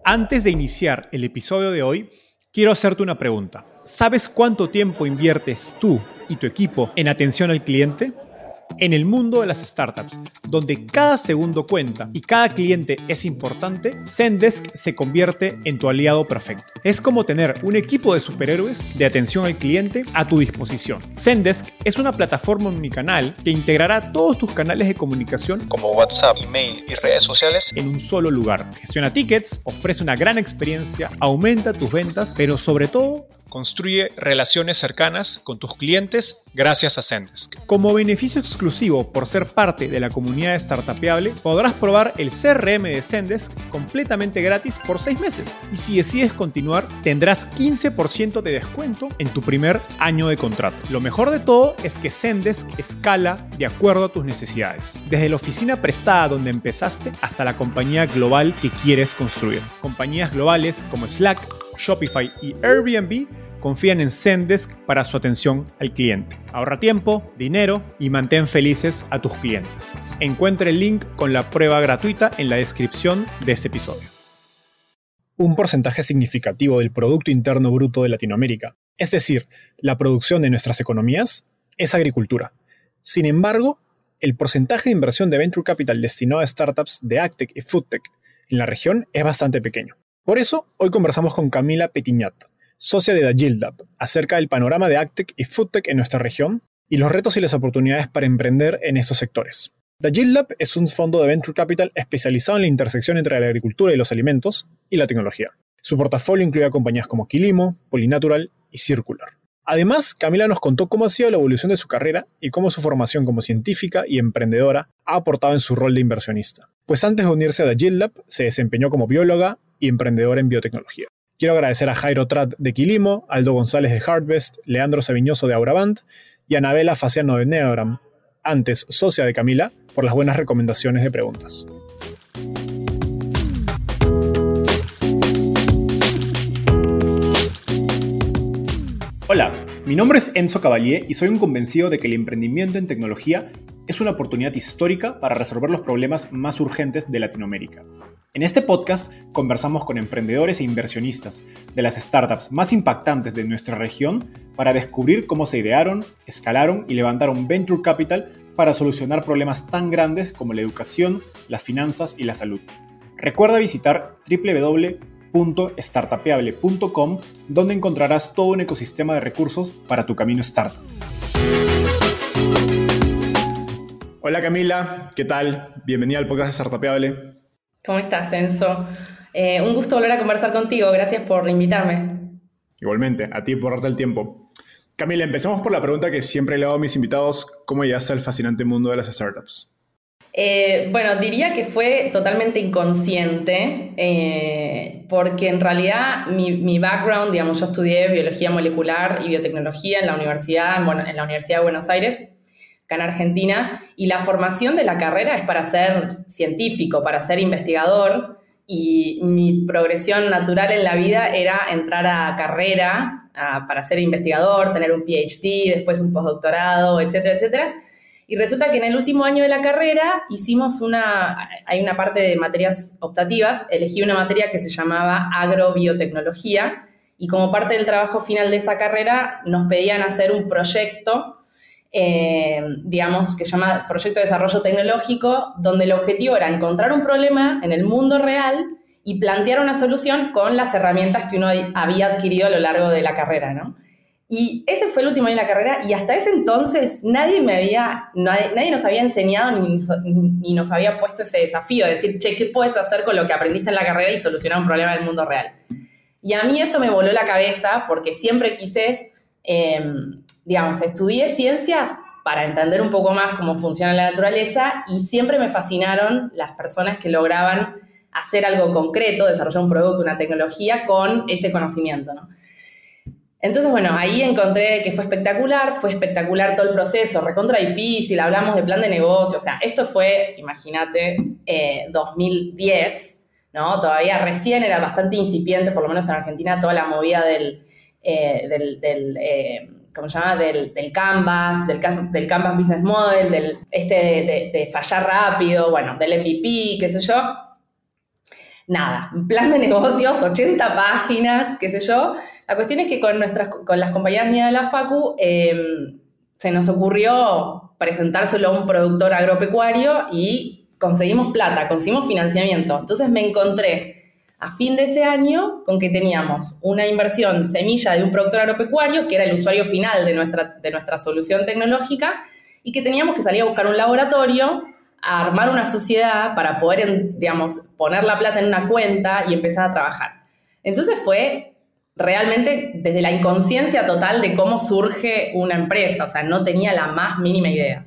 Antes de iniciar el episodio de hoy, quiero hacerte una pregunta. ¿Sabes cuánto tiempo inviertes tú y tu equipo en atención al cliente? En el mundo de las startups, donde cada segundo cuenta y cada cliente es importante, Zendesk se convierte en tu aliado perfecto. Es como tener un equipo de superhéroes de atención al cliente a tu disposición. Zendesk es una plataforma omnicanal que integrará todos tus canales de comunicación como WhatsApp, email y redes sociales en un solo lugar. Gestiona tickets, ofrece una gran experiencia, aumenta tus ventas, pero sobre todo, construye relaciones cercanas con tus clientes gracias a Zendesk. Como beneficio exclusivo por ser parte de la comunidad Startupeable, podrás probar el CRM de Zendesk completamente gratis por 6 meses. Y si decides continuar, tendrás 15% de descuento en tu primer año de contrato. Lo mejor de todo es que Zendesk escala de acuerdo a tus necesidades. Desde la oficina prestada donde empezaste hasta la compañía global que quieres construir. Compañías globales como Slack, Shopify y Airbnb confían en Zendesk para su atención al cliente. Ahorra tiempo, dinero y mantén felices a tus clientes. Encuentra el link con la prueba gratuita en la descripción de este episodio. Un porcentaje significativo del Producto Interno Bruto de Latinoamérica, es decir, la producción de nuestras economías, es agricultura. Sin embargo, el porcentaje de inversión de Venture Capital destinado a startups de AgTech y FoodTech en la región es bastante pequeño. Por eso, hoy conversamos con Camila Petiñat, socia de The Yield Lab, acerca del panorama de AgTech y FoodTech en nuestra región y los retos y las oportunidades para emprender en esos sectores. The Yield Lab es un fondo de Venture Capital especializado en la intersección entre la agricultura y los alimentos y la tecnología. Su portafolio incluye a compañías como Quilimo, Polynatural y Circular. Además, Camila nos contó cómo ha sido la evolución de su carrera y cómo su formación como científica y emprendedora ha aportado en su rol de inversionista. Pues antes de unirse a The Yield Lab, se desempeñó como bióloga y emprendedora en biotecnología. Quiero agradecer a Jairo Trat de Quilimo, Aldo González de Harvest, Leandro Sabiñoso de Auravant y Anabela Faciano de Neogram, antes socia de Camila, por las buenas recomendaciones de preguntas. Hola, mi nombre es Enzo Cavalier y soy un convencido de que el emprendimiento en tecnología es una oportunidad histórica para resolver los problemas más urgentes de Latinoamérica. En este podcast conversamos con emprendedores e inversionistas de las startups más impactantes de nuestra región para descubrir cómo se idearon, escalaron y levantaron venture capital para solucionar problemas tan grandes como la educación, las finanzas y la salud. Recuerda visitar www.startupeable.com, donde encontrarás todo un ecosistema de recursos para tu camino startup. Hola Camila, ¿qué tal? Bienvenida al podcast de Startupeable. ¿Cómo estás, Enzo? Un gusto volver a conversar contigo. Gracias por invitarme. Igualmente, a ti por darte el tiempo. Camila, empecemos por la pregunta que siempre le hago a mis invitados. ¿Cómo llegaste al fascinante mundo de las startups? Bueno, diría que fue totalmente inconsciente, porque en realidad mi background, digamos, yo estudié biología molecular y biotecnología en la Universidad de Buenos Aires, acá en Argentina, y la formación de la carrera es para ser científico, para ser investigador, y mi progresión natural en la vida era entrar a carrera para ser investigador, tener un PhD, después un postdoctorado, etcétera, etcétera. Y resulta que en el último año de la carrera hay una parte de materias optativas, elegí una materia que se llamaba agrobiotecnología, y como parte del trabajo final de esa carrera nos pedían hacer un proyecto digamos, que se llama Proyecto de Desarrollo Tecnológico, donde el objetivo era encontrar un problema en el mundo real y plantear una solución con las herramientas que uno había adquirido a lo largo de la carrera, ¿no? Y ese fue el último año de la carrera, y hasta ese entonces nadie nos había enseñado ni nos había puesto ese desafío de decir, che, ¿qué puedes hacer con lo que aprendiste en la carrera y solucionar un problema en el mundo real? Y a mí eso me voló la cabeza porque siempre quise... digamos, estudié ciencias para entender un poco más cómo funciona la naturaleza, y siempre me fascinaron las personas que lograban hacer algo concreto, desarrollar un producto, una tecnología con ese conocimiento, ¿no? Entonces, bueno, ahí encontré que fue espectacular todo el proceso, recontra difícil, hablamos de plan de negocio, o sea, esto fue, imagínate, 2010, ¿no? Todavía recién era bastante incipiente, por lo menos en Argentina, toda la movida del ¿cómo se llama? Del Canvas, del Canvas Business Model, de fallar rápido, bueno, del MVP, qué sé yo. nada, un plan de negocios, 80 páginas, qué sé yo. La cuestión es que con las compañías mías de la Facu se nos ocurrió presentárselo a un productor agropecuario y conseguimos plata, conseguimos financiamiento. Entonces me encontré a fin de ese año con que teníamos una inversión semilla de un productor agropecuario, que era el usuario final de nuestra solución tecnológica, y que teníamos que salir a buscar un laboratorio, a armar una sociedad para poder, digamos, poner la plata en una cuenta y empezar a trabajar. Entonces fue realmente desde la inconsciencia total de cómo surge una empresa, o sea, no tenía la más mínima idea.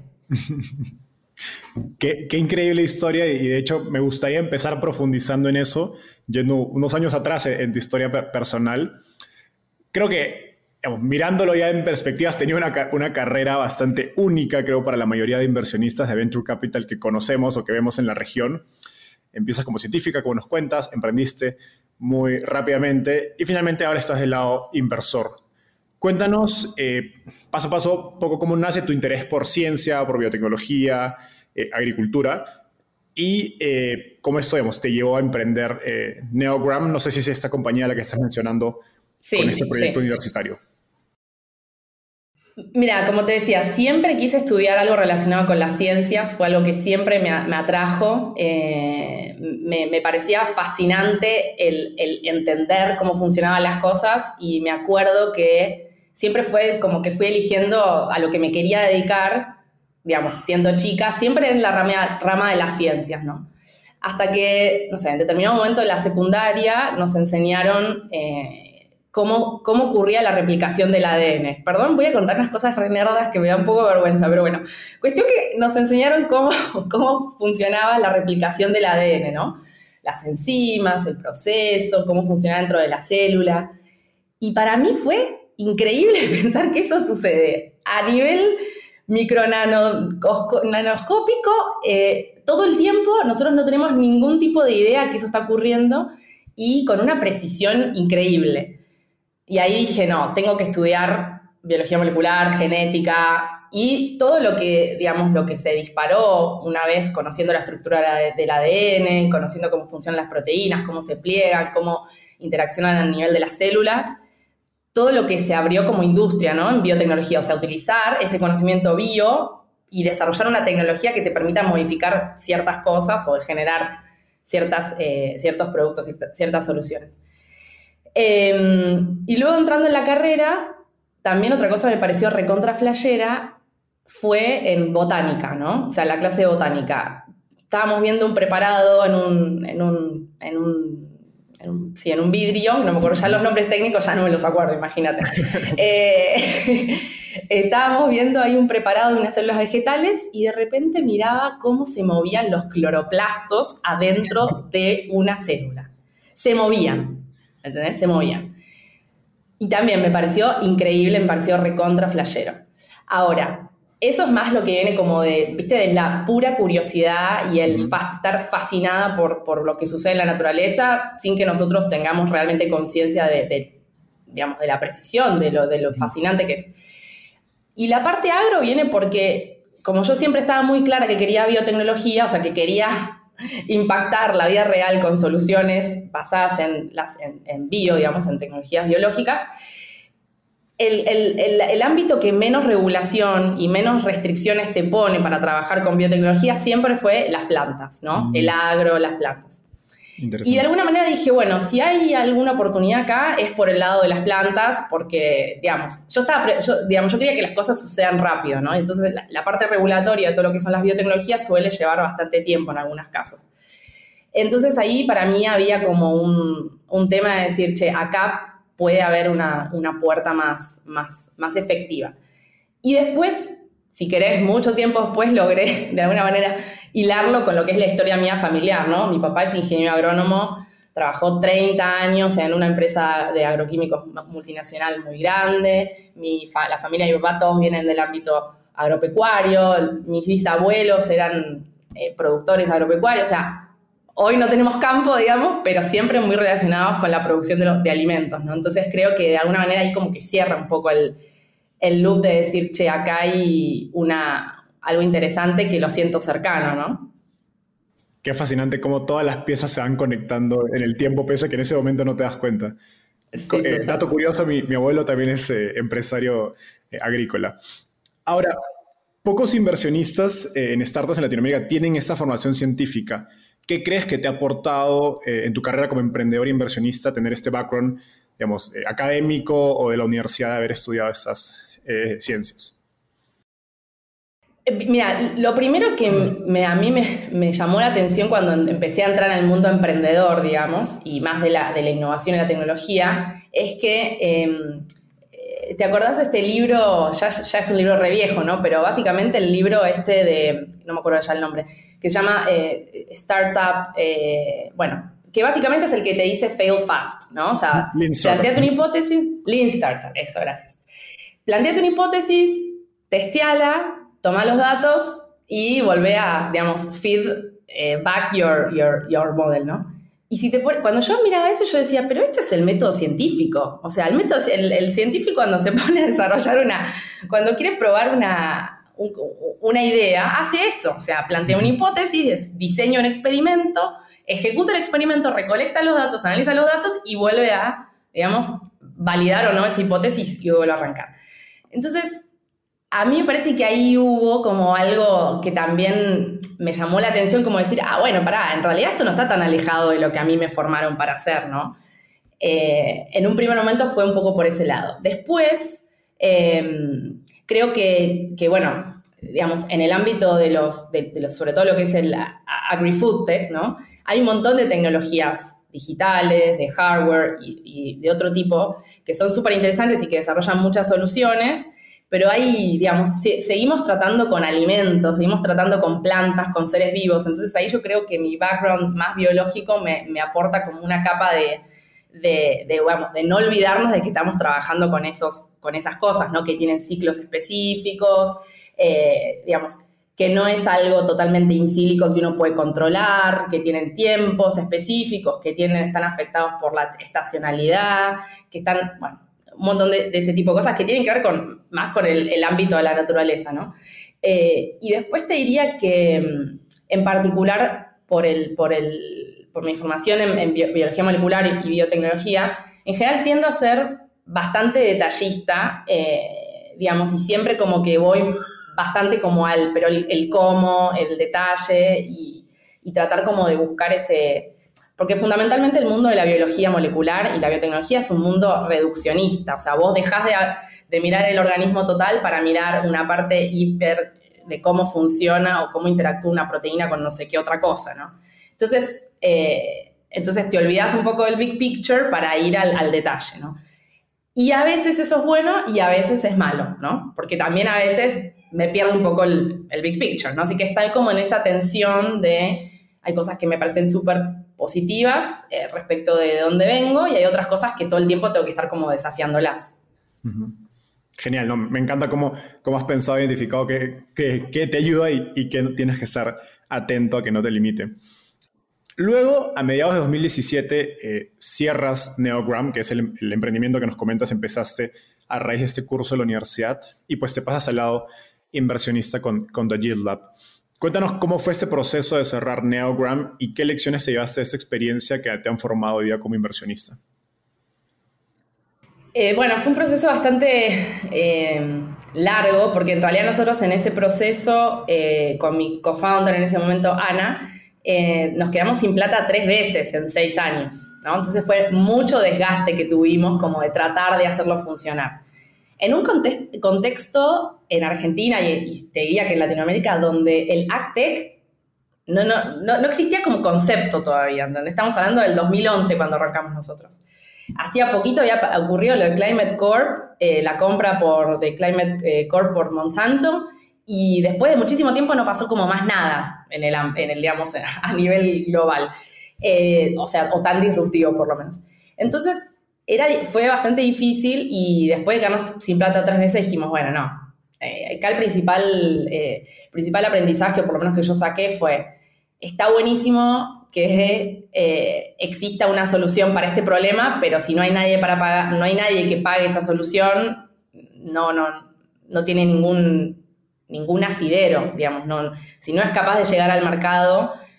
Qué increíble historia, y de hecho me gustaría empezar profundizando en eso, yendo unos años atrás en tu historia personal. Creo que, digamos, mirándolo ya en perspectiva, has tenido una carrera bastante única, creo, para la mayoría de inversionistas de Venture Capital que conocemos o que vemos en la región. Empiezas como científica, como nos cuentas, emprendiste muy rápidamente y finalmente ahora estás del lado inversor. Cuéntanos paso a paso un poco cómo nace tu interés por ciencia, por biotecnología, agricultura, y cómo esto, digamos, te llevó a emprender Neogram. No sé si es esta compañía a la que estás mencionando, sí, con este proyecto universitario. Mira, como te decía, siempre quise estudiar algo relacionado con las ciencias, fue algo que siempre me atrajo. Me parecía fascinante el entender cómo funcionaban las cosas, y me acuerdo que siempre fue como que fui eligiendo a lo que me quería dedicar, digamos, siendo chica, siempre en la rama de las ciencias, ¿no? Hasta que, no sé, en determinado momento de la secundaria nos enseñaron cómo ocurría la replicación del ADN. Perdón, voy a contar unas cosas re nerdas que me da un poco de vergüenza, pero bueno. Cuestión que nos enseñaron cómo funcionaba la replicación del ADN, ¿no? Las enzimas, el proceso, cómo funcionaba dentro de la célula. Y para mí fue increíble pensar que eso sucede a nivel nanoscópico, todo el tiempo. Nosotros no tenemos ningún tipo de idea que eso está ocurriendo, y con una precisión increíble. Y ahí dije, no, tengo que estudiar biología molecular, genética, y todo lo que, digamos, lo que se disparó una vez conociendo la estructura del ADN, conociendo cómo funcionan las proteínas, cómo se pliegan, cómo interaccionan a nivel de las células, todo lo que se abrió como industria, ¿no? En biotecnología, o sea, utilizar ese conocimiento bio y desarrollar una tecnología que te permita modificar ciertas cosas o generar ciertos productos, ciertas soluciones. Y luego, entrando en la carrera, también otra cosa que me pareció recontra flashera fue en botánica, ¿no? O sea, la clase de botánica. Estábamos viendo un preparado en un vidrio, no me acuerdo ya los nombres técnicos, ya no me los acuerdo, imagínate. Estábamos viendo ahí un preparado de unas células vegetales, y de repente miraba cómo se movían los cloroplastos adentro de una célula. Se movían, ¿entendés? Se movían. Y también me pareció increíble, me pareció recontra flashero. Ahora, eso es más lo que viene como de la pura curiosidad y el estar fascinada por lo que sucede en la naturaleza, sin que nosotros tengamos realmente conciencia de la precisión, de lo fascinante que es. Y la parte agro viene porque, como yo siempre estaba muy clara que quería biotecnología, o sea, que quería impactar la vida real con soluciones basadas en bio, digamos, en tecnologías biológicas, el ámbito que menos regulación y menos restricciones te pone para trabajar con biotecnología siempre fue las plantas, ¿no? El agro, las plantas. Y de alguna manera dije, bueno, si hay alguna oportunidad acá es por el lado de las plantas, porque, digamos, yo quería que las cosas sucedan rápido, ¿no? Entonces la parte regulatoria de todo lo que son las biotecnologías suele llevar bastante tiempo en algunos casos. Entonces ahí para mí había como un tema de decir, che, acá puede haber una puerta más efectiva. Y después, si querés, mucho tiempo después logré de alguna manera hilarlo con lo que es la historia mía familiar, ¿no? Mi papá es ingeniero agrónomo, trabajó 30 años en una empresa de agroquímicos multinacional muy grande. La familia de mi papá todos vienen del ámbito agropecuario, mis bisabuelos eran productores agropecuarios, o sea, hoy no tenemos campo, digamos, pero siempre muy relacionados con la producción de alimentos, ¿no? Entonces creo que de alguna manera ahí como que cierra un poco el loop de decir, che, acá hay algo interesante que lo siento cercano, ¿no? Qué fascinante cómo todas las piezas se van conectando en el tiempo, pese a que en ese momento no te das cuenta. Sí, Dato curioso, mi abuelo también es empresario agrícola. Ahora, pocos inversionistas en startups en Latinoamérica tienen esta formación científica. ¿Qué crees que te ha aportado en tu carrera como emprendedor e inversionista tener este background, digamos, académico o de la universidad de haber estudiado estas ciencias? Mira, lo primero que a mí me llamó la atención cuando empecé a entrar en el mundo emprendedor, digamos, y más de la innovación y la tecnología, es que, ¿te acordás de este libro? Ya es un libro re viejo, ¿no? Pero básicamente el libro no me acuerdo ya el nombre, que se llama Startup, bueno, que básicamente es el que te dice fail fast, ¿no? O sea, planteate una hipótesis, Lean Startup, eso, gracias. Planteate una hipótesis, testeala, toma los datos y volvé a, digamos, feed back your model, ¿no? Y cuando yo miraba eso, yo decía, pero esto es el método científico. O sea, el científico cuando se pone a desarrollar cuando quiere probar una idea, hace eso. O sea, plantea una hipótesis, diseña un experimento, ejecuta el experimento, recolecta los datos, analiza los datos y vuelve a, digamos, validar o no esa hipótesis y vuelve a arrancar. Entonces, a mí me parece que ahí hubo como algo que también me llamó la atención, como decir, bueno, pará, en realidad esto no está tan alejado de lo que a mí me formaron para hacer, ¿no? En un primer momento fue un poco por ese lado. Después, creo que, bueno, digamos, en el ámbito de los sobre todo lo que es el agri-food tech, ¿no? Hay un montón de tecnologías digitales, de hardware y de otro tipo que son súper interesantes y que desarrollan muchas soluciones. Pero hay, digamos, seguimos tratando con alimentos, seguimos tratando con plantas, con seres vivos. Entonces ahí yo creo que mi background más biológico me aporta como una capa de no olvidarnos de que estamos trabajando con esas cosas, ¿no? Que tienen ciclos específicos, digamos, que no es algo totalmente insílico que uno puede controlar, que tienen tiempos específicos, que están afectados por la estacionalidad, que están, bueno, un montón de ese tipo de cosas que tienen que ver más con el ámbito de la naturaleza, ¿no? Y después te diría que, en particular, por mi formación en biología molecular y biotecnología, en general tiendo a ser bastante detallista, digamos, y siempre como que voy bastante como pero el cómo, el detalle, y tratar como de buscar ese... Porque fundamentalmente el mundo de la biología molecular y la biotecnología es un mundo reduccionista. O sea, vos dejás de mirar el organismo total para mirar una parte hiper de cómo funciona o cómo interactúa una proteína con no sé qué otra cosa, ¿no? Entonces te olvidás un poco del big picture para ir al detalle, ¿no? Y a veces eso es bueno y a veces es malo, ¿no? Porque también a veces me pierdo un poco el big picture, ¿no? Así que estoy como en esa tensión hay cosas que me parecen súper positivas respecto de dónde vengo y hay otras cosas que todo el tiempo tengo que estar como desafiándolas. Uh-huh. Genial, ¿no? Me encanta cómo has pensado e identificado qué te ayuda y qué tienes que estar atento a que no te limite. Luego, a mediados de 2017, cierras Neogram, que es el emprendimiento que nos comentas, empezaste a raíz de este curso de la universidad y pues te pasas al lado inversionista con The Yield Lab. Cuéntanos cómo fue este proceso de cerrar Neogram y qué lecciones te llevaste de esta experiencia que te han formado hoy día como inversionista. Bueno, fue un proceso bastante largo, porque en realidad nosotros en ese proceso, con mi co-founder en ese momento, Ana, nos quedamos sin plata 3 veces en 6 años, ¿no? Entonces fue mucho desgaste que tuvimos como de tratar de hacerlo funcionar. En un contexto en Argentina y te diría que en Latinoamérica, donde el AgTech no existía como concepto todavía, ¿entendés? Estamos hablando del 2011 cuando arrancamos nosotros. Hacía poquito había ocurrido lo de Climate Corp, la compra de Climate Corp por Monsanto, y después de muchísimo tiempo no pasó como más nada en el digamos, a nivel global. O tan disruptivo por lo menos. Entonces, fue bastante difícil y después de quedarnos sin plata 3 veces dijimos, bueno, no. Acá el principal aprendizaje, o por lo menos que yo saqué, fue, está buenísimo que exista una solución para este problema, pero si no hay nadie para pagar, no hay nadie que pague esa solución, no tiene ningún asidero, digamos. Si no es capaz de llegar al mercado,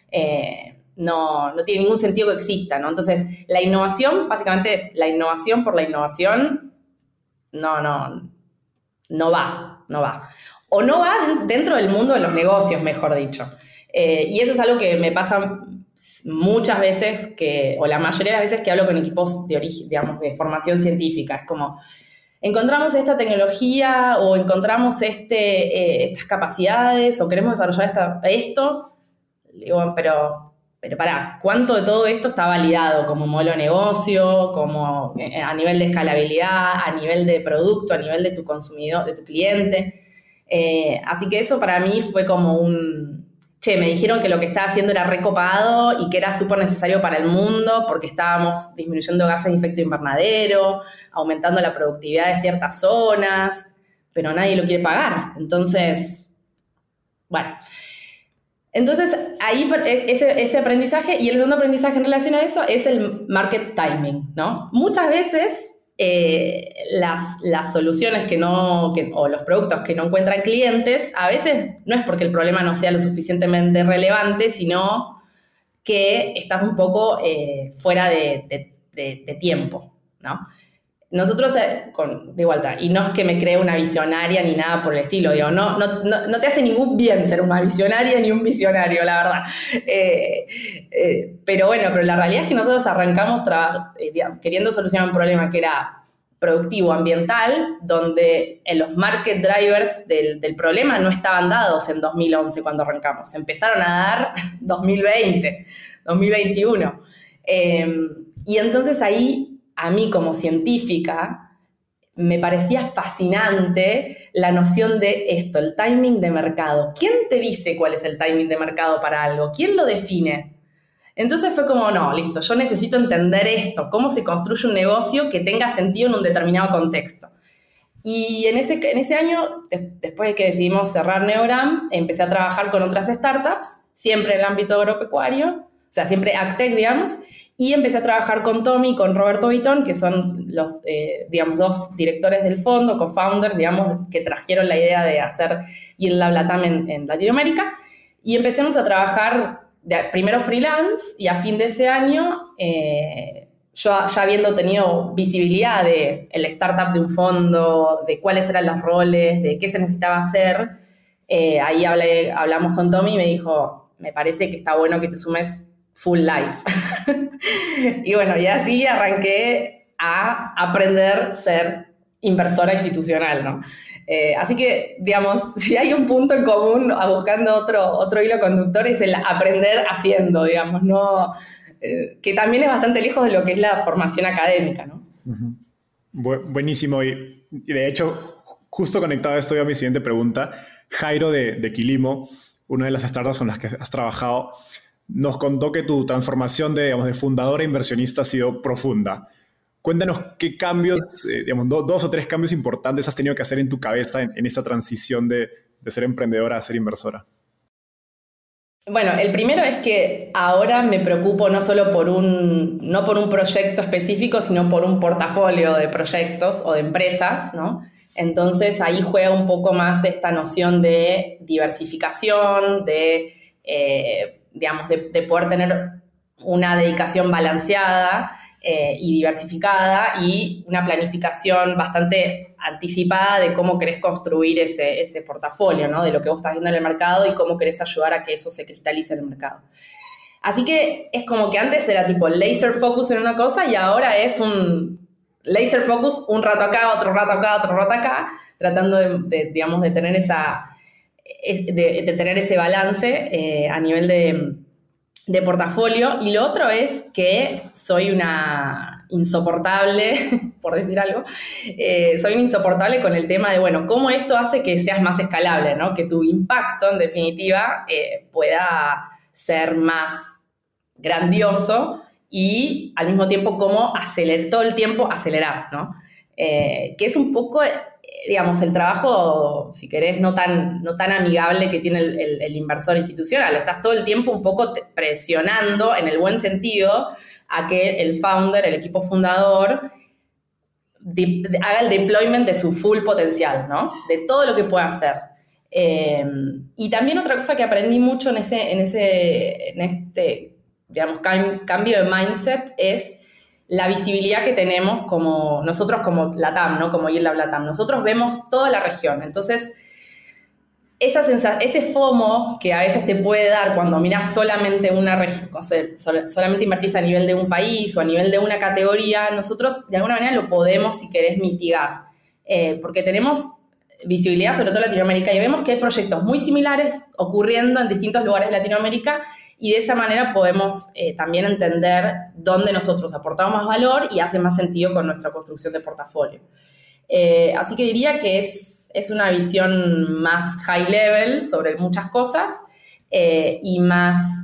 no tiene ningún sentido que exista, ¿no? Entonces, la innovación básicamente es la innovación por la innovación, no va. O no va dentro del mundo de los negocios, mejor dicho. Y eso es algo que me pasa muchas veces, o la mayoría de las veces que hablo con equipos de origen, digamos, de formación científica. Es como, encontramos esta tecnología o encontramos estas capacidades o queremos desarrollar esto. Digo, pero pará, ¿cuánto de todo esto está validado como modelo de negocio, como a nivel de escalabilidad, a nivel de producto, a nivel de tu consumidor, de tu cliente? Así que eso para mí fue como me dijeron que lo que estaba haciendo era recopado y que era súper necesario para el mundo porque estábamos disminuyendo gases de efecto invernadero, aumentando la productividad de ciertas zonas, pero nadie lo quiere pagar. Entonces, bueno. Entonces, ahí ese aprendizaje, y el segundo aprendizaje en relación a eso es el market timing, ¿no? Muchas veces las soluciones o los productos que no encuentran clientes, a veces no es porque el problema no sea lo suficientemente relevante, sino que estás un poco fuera de tiempo, ¿no? Nosotros, de vuelta, y no es que me cree una visionaria ni nada por el estilo, digo, no te hace ningún bien ser una visionaria ni un visionario, la verdad. Pero la realidad es que nosotros arrancamos queriendo solucionar un problema que era productivo, ambiental, donde los market drivers del problema no estaban dados en 2011 cuando arrancamos, empezaron a dar 2020, 2021. Y entonces ahí, a mí como científica, me parecía fascinante la noción de esto, el timing de mercado. ¿Quién te dice cuál es el timing de mercado para algo? ¿Quién lo define? Entonces fue como, no, listo, yo necesito entender esto, cómo se construye un negocio que tenga sentido en un determinado contexto. Y en ese año, después de que decidimos cerrar Neogram, empecé a trabajar con otras startups, siempre en el ámbito agropecuario, o sea, siempre AgTech, digamos, y empecé a trabajar con Tommy y con Roberto Vitón, que son los, dos directores del fondo, co-founders, que trajeron la idea de hacer Yield Lab Latam en Latinoamérica. Y empecemos a trabajar primero freelance, y a fin de ese año, yo ya habiendo tenido visibilidad de el startup de un fondo, de cuáles eran los roles, de qué se necesitaba hacer, ahí hablamos con Tommy y me dijo, me parece que está bueno que te sumes full life. Y y así arranqué a aprender a ser inversora institucional, ¿no? Así que, si hay un punto en común buscando otro hilo conductor es el aprender haciendo, ¿no? Que también es bastante lejos de lo que es la formación académica, ¿no? Buenísimo. Y de hecho, justo conectado a esto, a mi siguiente pregunta. Jairo de Quilimo, una de las startups con las que has trabajado, nos contó que tu transformación de fundador a inversionista ha sido profunda. Cuéntanos qué cambios, dos o tres cambios importantes has tenido que hacer en tu cabeza en esa transición de ser emprendedora a ser inversora. Bueno, el primero es que ahora me preocupo no solo por no por un proyecto específico, sino por un portafolio de proyectos o de empresas, ¿no? Entonces ahí juega un poco más esta noción de diversificación, de poder tener una dedicación balanceada y diversificada y una planificación bastante anticipada de cómo querés construir ese portafolio, ¿no? De lo que vos estás viendo en el mercado y cómo querés ayudar a que eso se cristalice en el mercado. Así que es como que antes era tipo laser focus en una cosa y ahora es un laser focus un rato acá, otro rato acá, otro rato acá, tratando de tener de tener ese balance a nivel de portafolio. Y lo otro es que soy una insoportable, por decir algo, soy una insoportable con el tema de, cómo esto hace que seas más escalable, ¿no? Que tu impacto, en definitiva, pueda ser más grandioso y, al mismo tiempo, cómo todo el tiempo acelerás, ¿no? Que es un poco, el trabajo, si querés, no tan amigable que tiene el inversor institucional. Estás todo el tiempo un poco presionando, en el buen sentido, a que el founder, el equipo fundador, haga el deployment de su full potencial, ¿no? De todo lo que pueda hacer. Y también otra cosa que aprendí mucho en este digamos, cambio de mindset es la visibilidad que tenemos nosotros como LATAM, ¿no? Como YieldLab LATAM. Nosotros vemos toda la región. Entonces, ese FOMO que a veces te puede dar cuando miras solamente una región, o sea, solamente invertís a nivel de un país o a nivel de una categoría, nosotros de alguna manera lo podemos, si querés, mitigar. Porque tenemos visibilidad, sobre todo en Latinoamérica, y vemos que hay proyectos muy similares ocurriendo en distintos lugares de Latinoamérica, y de esa manera podemos también entender dónde nosotros aportamos más valor y hace más sentido con nuestra construcción de portafolio. Así que diría que es una visión más high level sobre muchas cosas y más,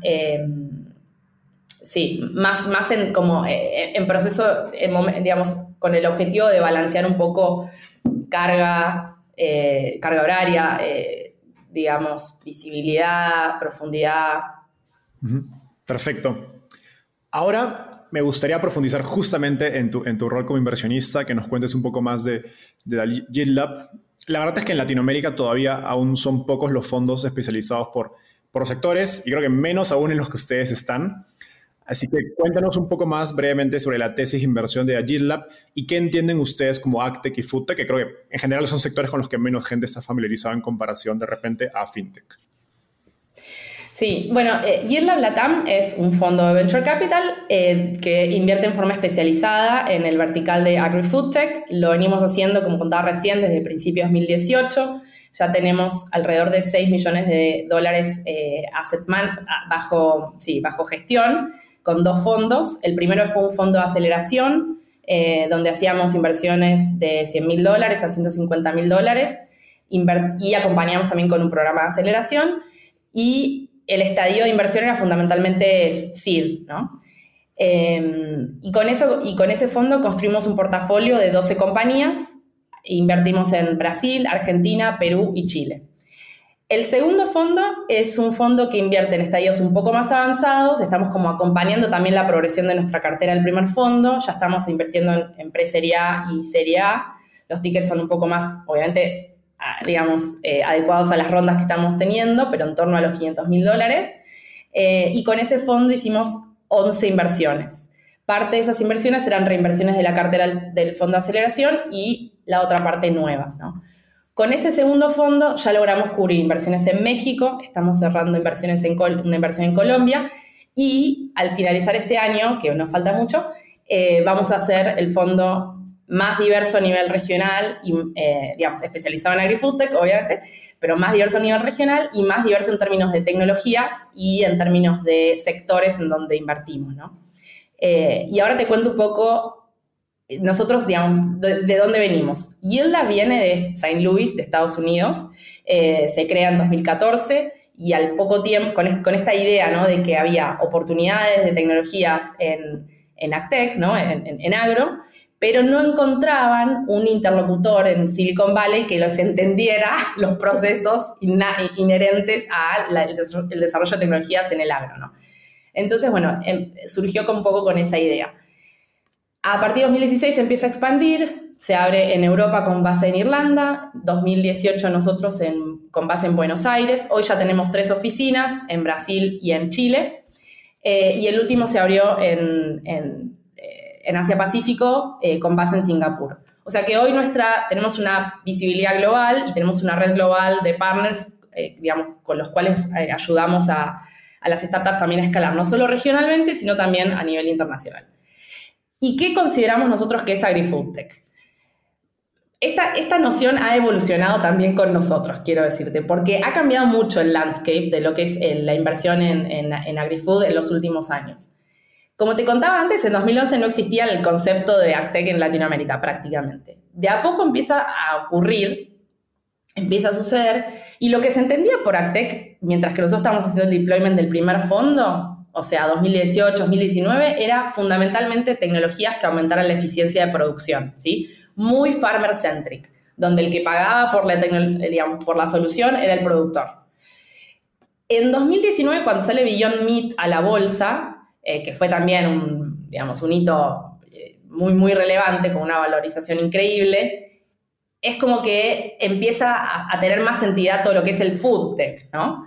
más en proceso, digamos, con el objetivo de balancear un poco carga horaria, digamos, visibilidad, profundidad. Perfecto. Ahora me gustaría profundizar justamente en tu rol como inversionista, que nos cuentes un poco más de YieldLab. La verdad es que en Latinoamérica todavía aún son pocos los fondos especializados por sectores, y creo que menos aún en los que ustedes están. Así que cuéntanos un poco más brevemente sobre la tesis de inversión de YieldLab y qué entienden ustedes como AgTech y FoodTech, que creo que en general son sectores con los que menos gente está familiarizada en comparación de repente a FinTech. Sí, bueno, YieldLab LATAM es un fondo de Venture Capital que invierte en forma especializada en el vertical de Agri-Food-Tech. Lo venimos haciendo, como contaba recién, desde principios de 2018. Ya tenemos alrededor de $6 millones bajo gestión, con 2 fondos. El primero fue un fondo de aceleración, donde hacíamos inversiones de $100,000 a $150,000 y acompañamos también con un programa de aceleración. Y el estadio de inversión era fundamentalmente seed, ¿no? Y con ese fondo construimos un portafolio de 12 compañías. Invertimos en Brasil, Argentina, Perú y Chile. El segundo fondo es un fondo que invierte en estadios un poco más avanzados. Estamos como acompañando también la progresión de nuestra cartera del primer fondo. Ya estamos invirtiendo en pre-serie A y serie A. Los tickets son un poco más, obviamente, digamos, adecuados a las rondas que estamos teniendo, pero en torno a los $500,000. Y con ese fondo hicimos 11 inversiones. Parte de esas inversiones eran reinversiones de la cartera del fondo de aceleración y la otra parte nuevas, ¿no? Con ese segundo fondo ya logramos cubrir inversiones en México, estamos cerrando una inversión en Colombia, y al finalizar este año, que nos falta mucho, vamos a hacer el fondo más diverso a nivel regional, y, digamos, especializado en Agri-Food-Tech, obviamente, pero más diverso a nivel regional y más diverso en términos de tecnologías y en términos de sectores en donde invertimos, ¿no? Y ahora te cuento un poco nosotros, digamos, de dónde venimos. YieldLab viene de St. Louis, de Estados Unidos. Se crea en 2014 y al poco tiempo, con esta idea, ¿no?, de que había oportunidades de tecnologías en AgTech, ¿no?, en agro, pero no encontraban un interlocutor en Silicon Valley que los entendiera los procesos inherentes al desarrollo de tecnologías en el agro, ¿no? Entonces, bueno, surgió un poco con esa idea. A partir de 2016 se empieza a expandir, se abre en Europa con base en Irlanda, 2018 nosotros con base en Buenos Aires, hoy ya tenemos 3 oficinas en Brasil y en Chile, y el último se abrió en Asia-Pacífico con base en Singapur. O sea que hoy tenemos una visibilidad global y tenemos una red global de partners, digamos, con los cuales ayudamos a las startups también a escalar, no solo regionalmente, sino también a nivel internacional. ¿Y qué consideramos nosotros que es Agri-Food-Tech? Esta noción ha evolucionado también con nosotros, quiero decirte, porque ha cambiado mucho el landscape de lo que es la inversión en Agri-Food en los últimos años. Como te contaba antes, en 2011 no existía el concepto de AgTech en Latinoamérica prácticamente. De a poco empieza a ocurrir, empieza a suceder, y lo que se entendía por AgTech, mientras que nosotros estábamos haciendo el deployment del primer fondo, o sea, 2018, 2019, era fundamentalmente tecnologías que aumentaran la eficiencia de producción, ¿sí? Muy farmer-centric, donde el que pagaba por la solución era el productor. En 2019, cuando sale Beyond Meat a la bolsa, que fue también un hito muy, muy relevante, con una valorización increíble, es como que empieza a tener más entidad todo lo que es el food tech, ¿no?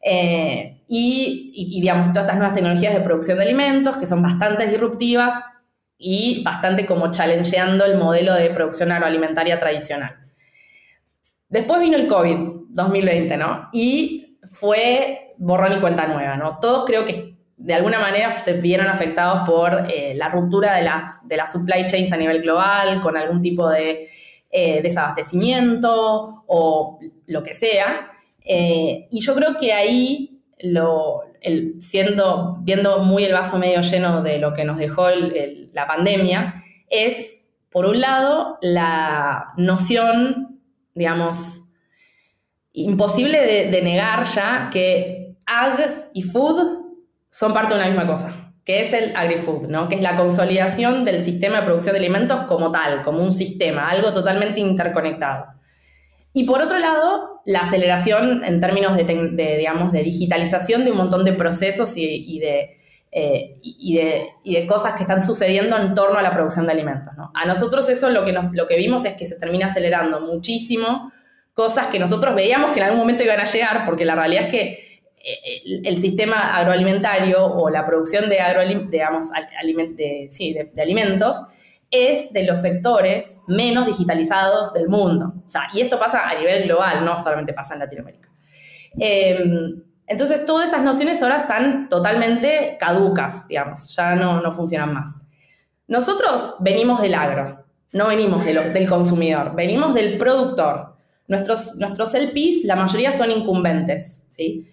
Digamos, todas estas nuevas tecnologías de producción de alimentos que son bastante disruptivas y bastante como challengeando el modelo de producción agroalimentaria tradicional. Después vino el COVID, 2020, ¿no? Y fue borrón y cuenta nueva, ¿no? Todos creo que de alguna manera se vieron afectados por la ruptura de las supply chains a nivel global, con algún tipo de desabastecimiento o lo que sea. Y yo creo que ahí, viendo muy el vaso medio lleno de lo que nos dejó la pandemia, es, por un lado, la noción, digamos, imposible de negar ya que ag y food son parte de una misma cosa, que es el agri-food, ¿no? Que es la consolidación del sistema de producción de alimentos como tal, como un sistema, algo totalmente interconectado. Y por otro lado, la aceleración en términos digamos, de digitalización de un montón de procesos y de cosas que están sucediendo en torno a la producción de alimentos, ¿no? A nosotros eso lo que vimos es que se termina acelerando muchísimo cosas que nosotros veíamos que en algún momento iban a llegar, porque la realidad es que el sistema agroalimentario o la producción de alimentos es de los sectores menos digitalizados del mundo. O sea, y esto pasa a nivel global, no solamente pasa en Latinoamérica. Entonces, todas esas nociones ahora están totalmente caducas, digamos, ya no funcionan más. Nosotros venimos del agro, no venimos del consumidor, venimos del productor. Nuestros LPs, la mayoría son incumbentes, ¿sí?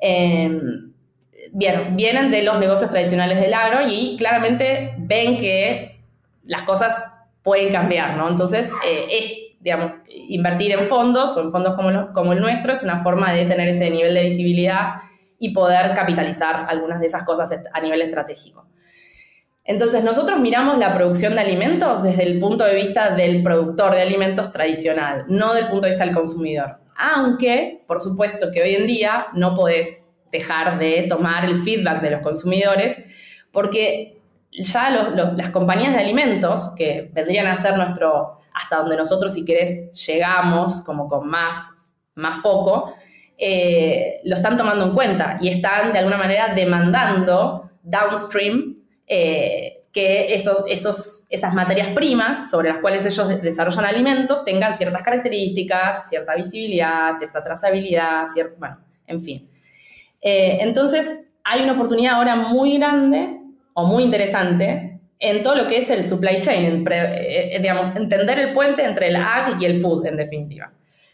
Vienen de los negocios tradicionales del agro y claramente ven que las cosas pueden cambiar, ¿no? Entonces, digamos, invertir en fondos o en fondos como el nuestro es una forma de tener ese nivel de visibilidad y poder capitalizar algunas de esas cosas a nivel estratégico. Entonces, nosotros miramos la producción de alimentos desde el punto de vista del productor de alimentos tradicional, no del punto de vista del consumidor. Aunque, por supuesto, que hoy en día no podés dejar de tomar el feedback de los consumidores, porque ya las compañías de alimentos, que vendrían a ser hasta donde nosotros, si querés, llegamos como con más foco, lo están tomando en cuenta y están, de alguna manera, demandando downstream que esas materias primas sobre las cuales ellos desarrollan alimentos tengan ciertas características, cierta visibilidad, cierta trazabilidad, bueno, en fin. Entonces, hay una oportunidad ahora muy grande o muy interesante en todo lo que es el supply chain, digamos, entender el puente entre el ag y el food, en definitiva.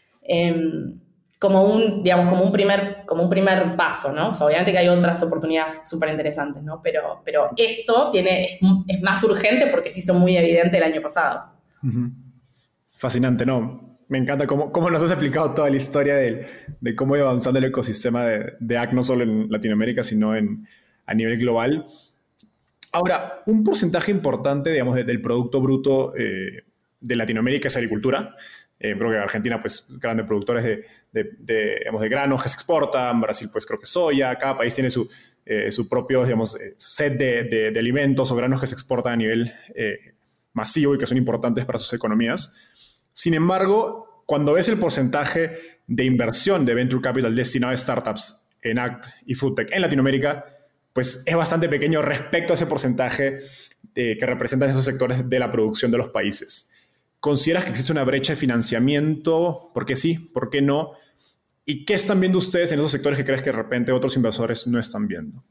Como un primer paso, ¿no? O sea, obviamente que hay otras oportunidades súper interesantes, ¿no? Pero esto es más urgente porque se hizo muy evidente el año pasado. Uh-huh. Fascinante, ¿no? Me encanta cómo nos has explicado toda la historia de cómo iba avanzando el ecosistema de ag, no solo en Latinoamérica, sino a nivel global. Ahora, un porcentaje importante, digamos, del Producto Bruto de Latinoamérica es agricultura. Creo que Argentina, pues, grandes productores de granos que se exportan. Brasil, pues, creo que soya. Cada país tiene su propio, digamos, set de alimentos o granos que se exportan a nivel masivo y que son importantes para sus economías. Sin embargo, cuando ves el porcentaje de inversión de Venture Capital destinado a startups en Ag y Foodtech en Latinoamérica, pues es bastante pequeño respecto a ese porcentaje que representan esos sectores de la producción de los países. ¿Consideras que existe una brecha de financiamiento? ¿Por qué sí? ¿Por qué no? ¿Y qué están viendo ustedes en esos sectores que crees que de repente otros inversores no están viendo?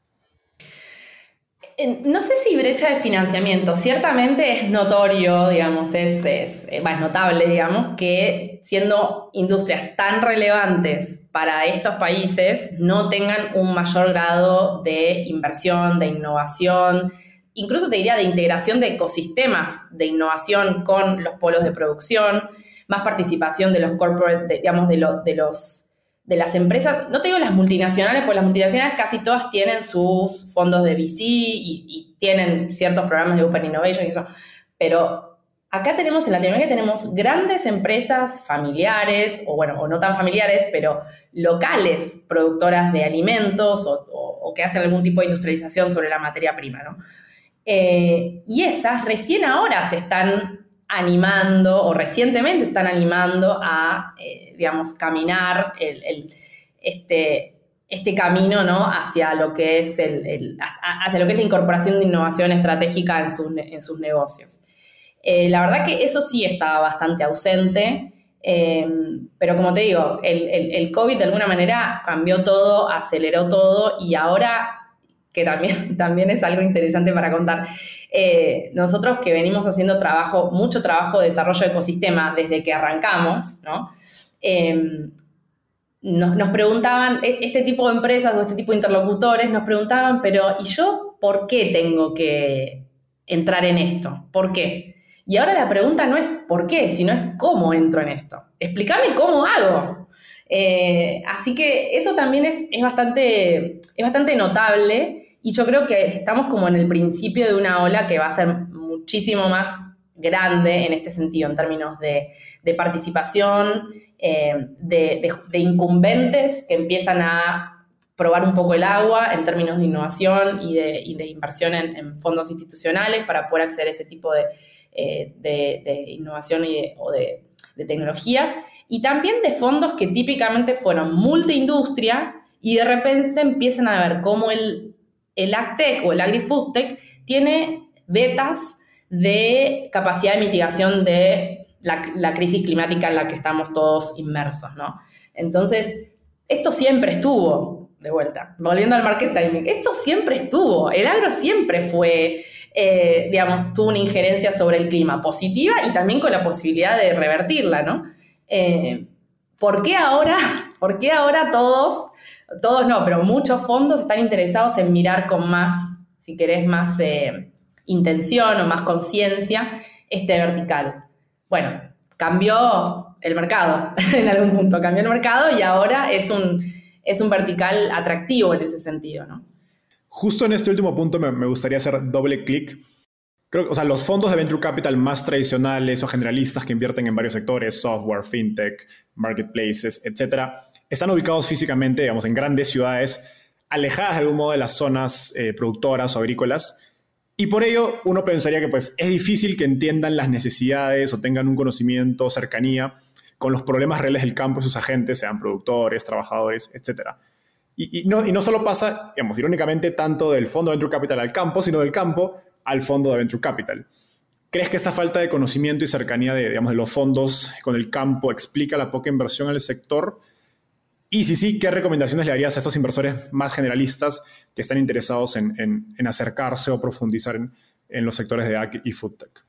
No sé si brecha de financiamiento. Ciertamente es notorio, digamos, es notable, digamos, que siendo industrias tan relevantes para estos países no tengan un mayor grado de inversión, de innovación, incluso te diría de integración de ecosistemas de innovación con los polos de producción, más participación de los corporate, digamos, de las empresas, no te digo las multinacionales, porque las multinacionales casi todas tienen sus fondos de VC y tienen ciertos programas de Open Innovation y eso, pero acá en Latinoamérica tenemos grandes empresas familiares, o no tan familiares, pero locales, productoras de alimentos o que hacen algún tipo de industrialización sobre la materia prima, ¿no? Y esas recién ahora se están animando, o recientemente están animando a, digamos, caminar este camino, ¿no? Hacia lo que es hacia lo que es la incorporación de innovación estratégica en sus negocios. La verdad que eso sí estaba bastante ausente, pero como te digo, el COVID de alguna manera cambió todo, aceleró todo, y ahora, que también es algo interesante para contar, nosotros que venimos haciendo mucho trabajo de desarrollo de ecosistema desde que arrancamos, ¿no? Nos preguntaban, este tipo de empresas o este tipo de interlocutores nos preguntaban, pero ¿y yo por qué tengo que entrar en esto? ¿Por qué? Y ahora la pregunta no es por qué, sino es cómo entro en esto. Explícame cómo hago. Así que eso también es bastante notable, y yo creo que estamos como en el principio de una ola que va a ser muchísimo más grande en este sentido, en términos de participación, de incumbentes que empiezan a probar un poco el agua en términos de innovación y de inversión en fondos institucionales para poder acceder a ese tipo de innovación o de tecnologías, y también de fondos que típicamente fueron multiindustria y de repente empiezan a ver cómo el AgTech o el AgriFoodTech tiene vetas de capacidad de mitigación de la crisis climática en la que estamos todos inmersos, ¿no? Entonces, esto siempre estuvo, de vuelta, volviendo al market timing, esto siempre estuvo, el agro siempre fue, tuvo una injerencia sobre el clima positiva y también con la posibilidad de revertirla, ¿no? ¿Por qué ahora todos no, pero muchos fondos están interesados en mirar con más, si querés, más intención o más conciencia este vertical? Bueno, cambió el mercado en algún punto, cambió el mercado y ahora es un vertical atractivo en ese sentido, ¿no? Justo en este último punto me gustaría hacer doble clic. Creo que, o sea, los fondos de Venture Capital más tradicionales o generalistas que invierten en varios sectores, software, fintech, marketplaces, etcétera, están ubicados físicamente, digamos, en grandes ciudades, alejadas de algún modo de las zonas productoras o agrícolas. Y por ello, uno pensaría que pues, es difícil que entiendan las necesidades o tengan un conocimiento, cercanía con los problemas reales del campo y sus agentes, sean productores, trabajadores, etcétera. Y no solo pasa, digamos, irónicamente, tanto del fondo de Venture Capital al campo, sino del campo al fondo de Venture Capital. ¿Crees que esta falta de conocimiento y cercanía de los fondos con el campo explica la poca inversión en el sector? Y si sí, ¿qué recomendaciones le harías a estos inversores más generalistas que están interesados en acercarse o profundizar en los sectores de Ag y FoodTech?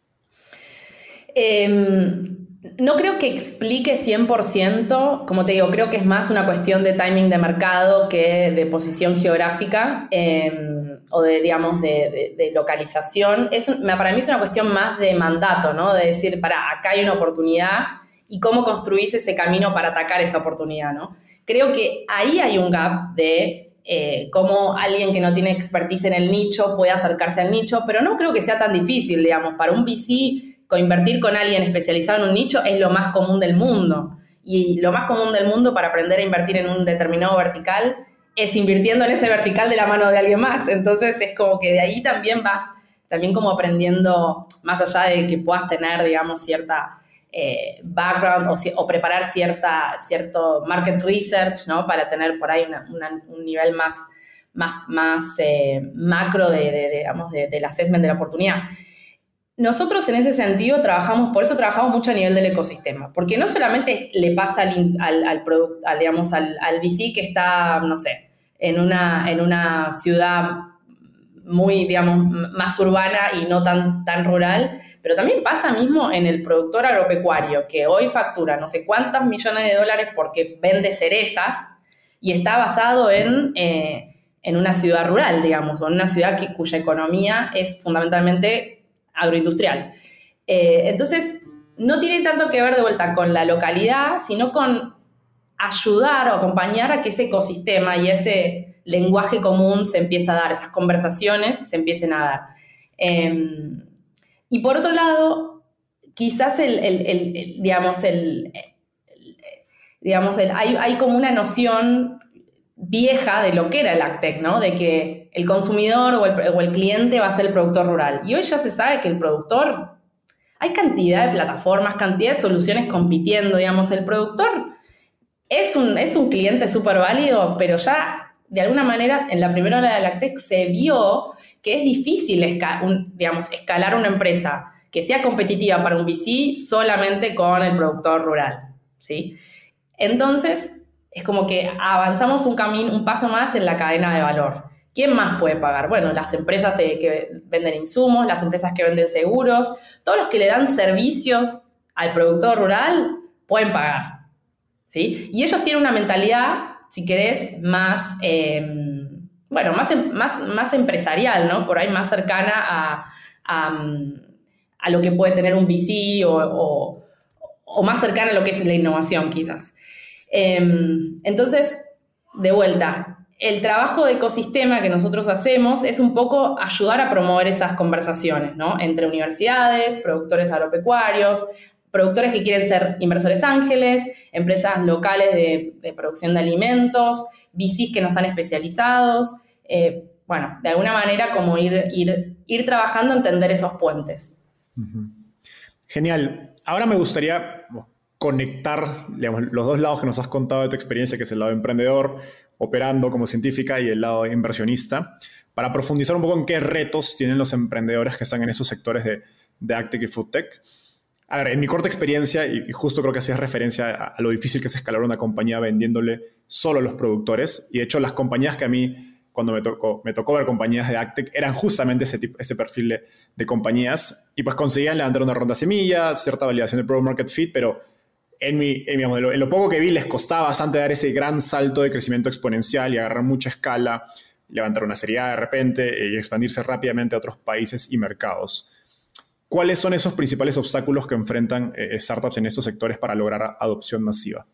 No creo que explique 100%, como te digo, creo que es más una cuestión de timing de mercado que de posición geográfica o de localización. Para mí es una cuestión más de mandato, ¿no? De decir, acá hay una oportunidad y cómo construís ese camino para atacar esa oportunidad, ¿no? Creo que ahí hay un gap de cómo alguien que no tiene expertise en el nicho puede acercarse al nicho, pero no creo que sea tan difícil, digamos, para un VC invertir con alguien especializado en un nicho es lo más común del mundo. Y lo más común del mundo para aprender a invertir en un determinado vertical es invirtiendo en ese vertical de la mano de alguien más. Entonces es como que de ahí también vas como aprendiendo, más allá de que puedas tener, digamos, cierta background o preparar cierto market research, ¿no? Para tener por ahí un nivel más macro del assessment de la oportunidad. Nosotros en ese sentido por eso trabajamos mucho a nivel del ecosistema, porque no solamente le pasa al VC que está, no sé, en una ciudad muy, digamos, más urbana y no tan rural, pero también pasa mismo en el productor agropecuario, que hoy factura no sé cuántos millones de dólares porque vende cerezas y está basado en una ciudad rural, digamos, o en una ciudad cuya economía es fundamentalmente agroindustrial. Entonces, no tiene tanto que ver de vuelta con la localidad, sino con ayudar o acompañar a que ese ecosistema y ese lenguaje común se empiece a dar, esas conversaciones se empiecen a dar. Y por otro lado, quizás hay como una noción vieja de lo que era el AgTech, ¿no? De que el consumidor o el cliente va a ser el productor rural. Y hoy ya se sabe que el productor hay cantidad de plataformas, cantidad de soluciones compitiendo, digamos, el productor es un cliente súper válido, pero ya de alguna manera en la primera hora de Actec se vio que es difícil escalar una empresa que sea competitiva para un VC solamente con el productor rural, ¿sí? Entonces, es como que avanzamos un paso más en la cadena de valor. ¿Quién más puede pagar? Bueno, las empresas que venden insumos, las empresas que venden seguros, todos los que le dan servicios al productor rural pueden pagar, ¿sí? Y ellos tienen una mentalidad, si querés, más, más empresarial, ¿no? Por ahí más cercana a lo que puede tener un VC o más cercana a lo que es la innovación, quizás. Entonces, de vuelta, el trabajo de ecosistema que nosotros hacemos es un poco ayudar a promover esas conversaciones, ¿no? Entre universidades, productores agropecuarios, productores que quieren ser inversores ángeles, empresas locales de producción de alimentos, VCs que no están especializados. De alguna manera como ir trabajando, entender esos puentes. Genial. Ahora me gustaría conectar, digamos, los dos lados que nos has contado de tu experiencia, que es el lado emprendedor, operando como científica, y el lado inversionista, para profundizar un poco en qué retos tienen los emprendedores que están en esos sectores de AgTech y FoodTech. A ver, en mi corta experiencia, y justo creo que hacías referencia a lo difícil que es escalar una compañía vendiéndole solo a los productores, y de hecho las compañías que a mí, cuando me tocó ver compañías de AgTech, eran justamente ese perfil de compañías, y pues conseguían levantar una ronda semilla, cierta validación de Product Market Fit, pero en lo poco que vi les costaba bastante dar ese gran salto de crecimiento exponencial y agarrar mucha escala, levantar una serie A de repente y expandirse rápidamente a otros países y mercados. ¿Cuáles son esos principales obstáculos que enfrentan startups en estos sectores para lograr adopción masiva?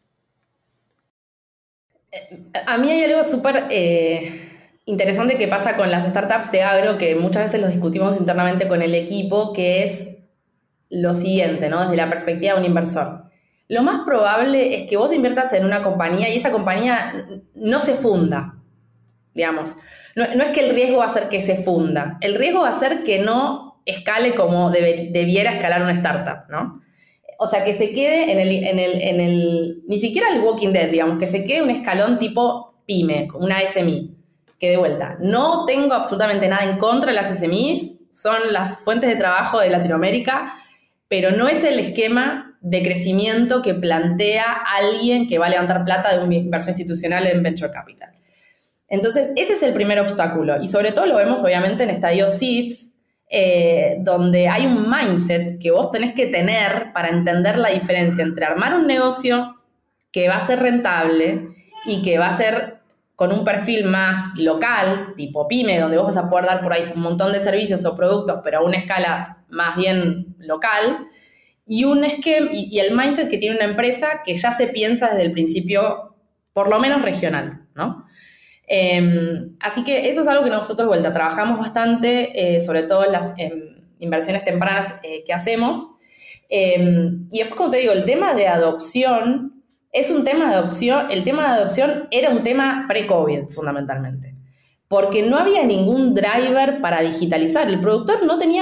A mí hay algo súper interesante que pasa con las startups de agro, que muchas veces lo discutimos internamente con el equipo, que es lo siguiente, ¿no? Desde la perspectiva de un inversor. Lo más probable es que vos inviertas en una compañía y esa compañía no se funda, digamos. No es que el riesgo va a ser que se funda. El riesgo va a ser que no escale como debiera escalar una startup, ¿no? O sea, que se quede en el ni siquiera el Walking Dead, digamos, que se quede un escalón tipo pyme, una SMI. Que de vuelta, no tengo absolutamente nada en contra de las SMIs, son las fuentes de trabajo de Latinoamérica, pero no es el esquema de crecimiento que plantea alguien que va a levantar plata de una inversión institucional en Venture Capital. Entonces, ese es el primer obstáculo. Y sobre todo lo vemos, obviamente, en estadios seeds, donde hay un mindset que vos tenés que tener para entender la diferencia entre armar un negocio que va a ser rentable y que va a ser con un perfil más local, tipo pyme, donde vos vas a poder dar por ahí un montón de servicios o productos, pero a una escala más bien local, y el mindset que tiene una empresa que ya se piensa desde el principio, por lo menos regional, ¿no? Así que eso es algo que nosotros, vuelta, trabajamos bastante, sobre todo en las inversiones tempranas que hacemos. Y después, como te digo, el tema de adopción es un tema de adopción. El tema de adopción era un tema pre-COVID, fundamentalmente, porque no había ningún driver para digitalizar. El productor no tenía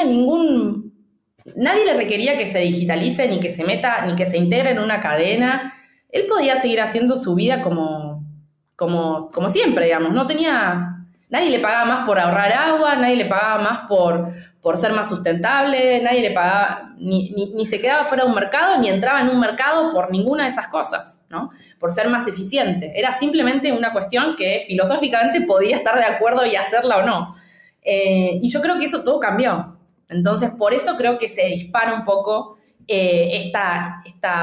nadie le requería que se digitalice, ni que se meta, ni que se integre en una cadena. Él podía seguir haciendo su vida como siempre, digamos. Nadie le pagaba más por ahorrar agua, nadie le pagaba más por ser más sustentable, nadie le pagaba, ni se quedaba fuera de un mercado, ni entraba en un mercado por ninguna de esas cosas, ¿no? Por ser más eficiente. Era simplemente una cuestión que filosóficamente podía estar de acuerdo y hacerla o no. Y yo creo que eso todo cambió. Entonces, por eso creo que se dispara un poco esta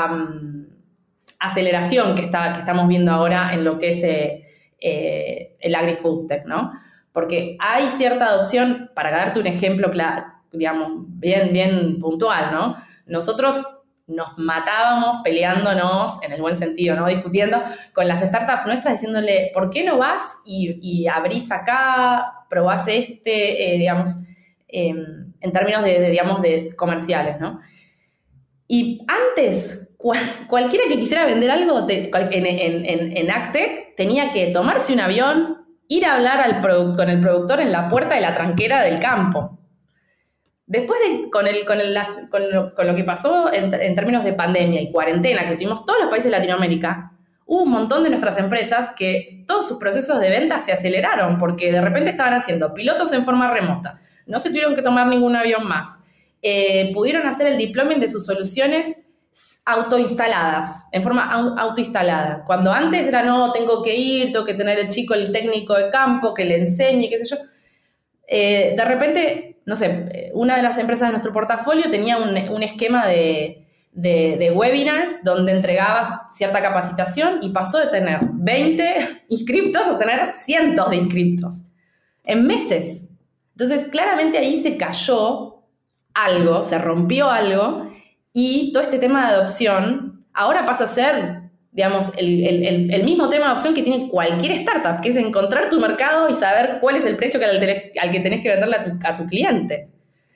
aceleración que estamos viendo ahora en lo que es el agri-food-tech, ¿no? Porque hay cierta adopción, para darte un ejemplo, digamos, bien puntual, ¿no? Nosotros nos matábamos peleándonos, en el buen sentido, ¿no? Discutiendo con las startups nuestras, diciéndole, ¿por qué no vas y abrís acá, probás digamos, en términos de comerciales, ¿no? Y antes, cualquiera que quisiera vender algo en AgTech tenía que tomarse un avión, ir a hablar con el productor en la puerta de la tranquera del campo. Después con lo que pasó en términos de pandemia y cuarentena que tuvimos todos los países de Latinoamérica, hubo un montón de nuestras empresas que todos sus procesos de venta se aceleraron porque de repente estaban haciendo pilotos en forma remota, no se tuvieron que tomar ningún avión más, pudieron hacer el deployment de sus soluciones autoinstaladas, en forma autoinstalada. Cuando antes era, no, tengo que tener el chico, el técnico de campo, que le enseñe, qué sé yo. De repente, no sé, una de las empresas de nuestro portafolio tenía un esquema de webinars donde entregabas cierta capacitación y pasó de tener 20 inscriptos a tener cientos de inscriptos en meses. Entonces, claramente ahí se cayó algo, se rompió algo y todo este tema de adopción ahora pasa a ser, digamos, el mismo tema de adopción que tiene cualquier startup, que es encontrar tu mercado y saber cuál es el precio al que tenés que venderle a tu cliente.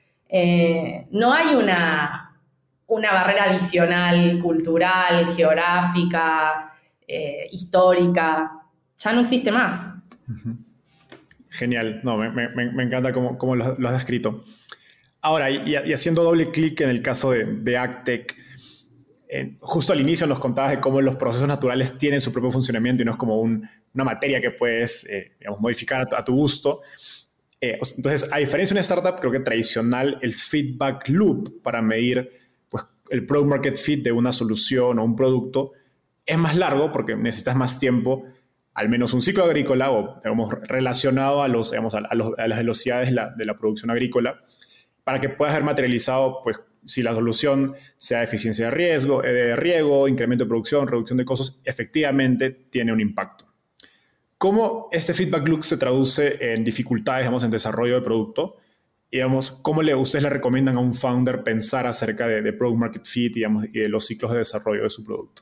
No hay una barrera adicional, cultural, geográfica, histórica. Ya no existe más. Genial. No, me encanta cómo lo has descrito. Ahora, y haciendo doble clic en el caso de AgTech, justo al inicio nos contabas de cómo los procesos naturales tienen su propio funcionamiento y no es como una materia que puedes digamos, modificar a tu gusto. Entonces, a diferencia de una startup, creo que tradicional, el feedback loop para medir pues, el product market fit de una solución o un producto es más largo porque necesitas más tiempo, al menos un ciclo agrícola o digamos, relacionado a las velocidades de la producción agrícola, para que puedas ver materializado pues, si la solución sea eficiencia de riego, incremento de producción, reducción de costos, efectivamente tiene un impacto. ¿Cómo este feedback loop se traduce en dificultades, digamos, en desarrollo de producto? Y, digamos, ¿cómo ustedes le recomiendan a un founder pensar acerca de product market fit, digamos, y de los ciclos de desarrollo de su producto?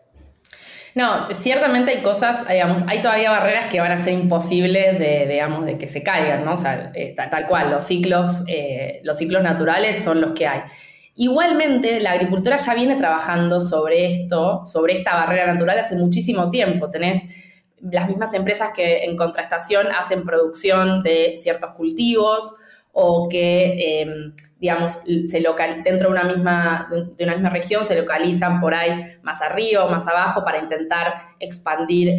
No, ciertamente hay cosas, digamos, hay todavía barreras que van a ser imposibles de que se caigan, ¿no? O sea, tal cual, los ciclos naturales son los que hay. Igualmente, la agricultura ya viene trabajando sobre esta barrera natural hace muchísimo tiempo. Tenés las mismas empresas que en contraestación hacen producción de ciertos cultivos o que, digamos, dentro de una misma región se localizan por ahí más arriba o más abajo para intentar expandir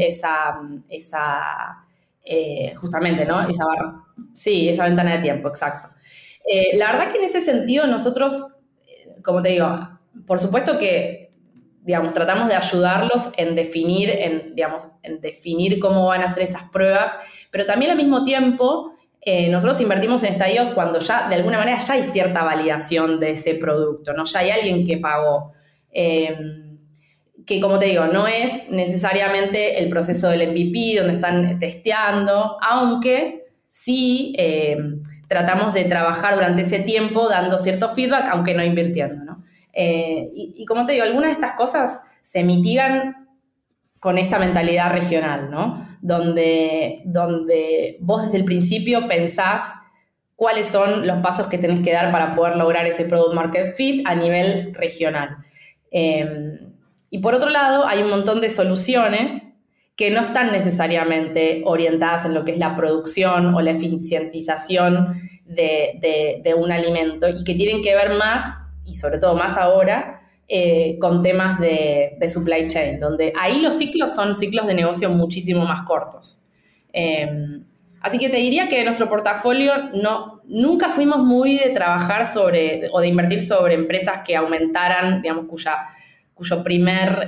justamente, ¿no? Esa barra. Sí, esa ventana de tiempo, exacto. La verdad que en ese sentido nosotros, como te digo, por supuesto que, digamos, tratamos de ayudarlos en definir cómo van a hacer esas pruebas, pero también al mismo tiempo nosotros invertimos en estadios cuando ya, de alguna manera, ya hay cierta validación de ese producto, ¿no? Ya hay alguien que pagó. Que, como te digo, no es necesariamente el proceso del MVP donde están testeando, aunque sí tratamos de trabajar durante ese tiempo dando cierto feedback, aunque no invirtiendo, ¿no? Y como te digo, algunas de estas cosas se mitigan con esta mentalidad regional, ¿no? Donde vos desde el principio pensás cuáles son los pasos que tenés que dar para poder lograr ese product market fit a nivel regional. Y por otro lado, hay un montón de soluciones que no están necesariamente orientadas en lo que es la producción o la eficientización de un alimento y que tienen que ver más, y sobre todo más ahora, con temas de supply chain, donde ahí los ciclos son ciclos de negocio muchísimo más cortos. Así que te diría que nuestro portafolio nunca fuimos muy de trabajar o de invertir sobre empresas que aumentaran, digamos, cuyo primer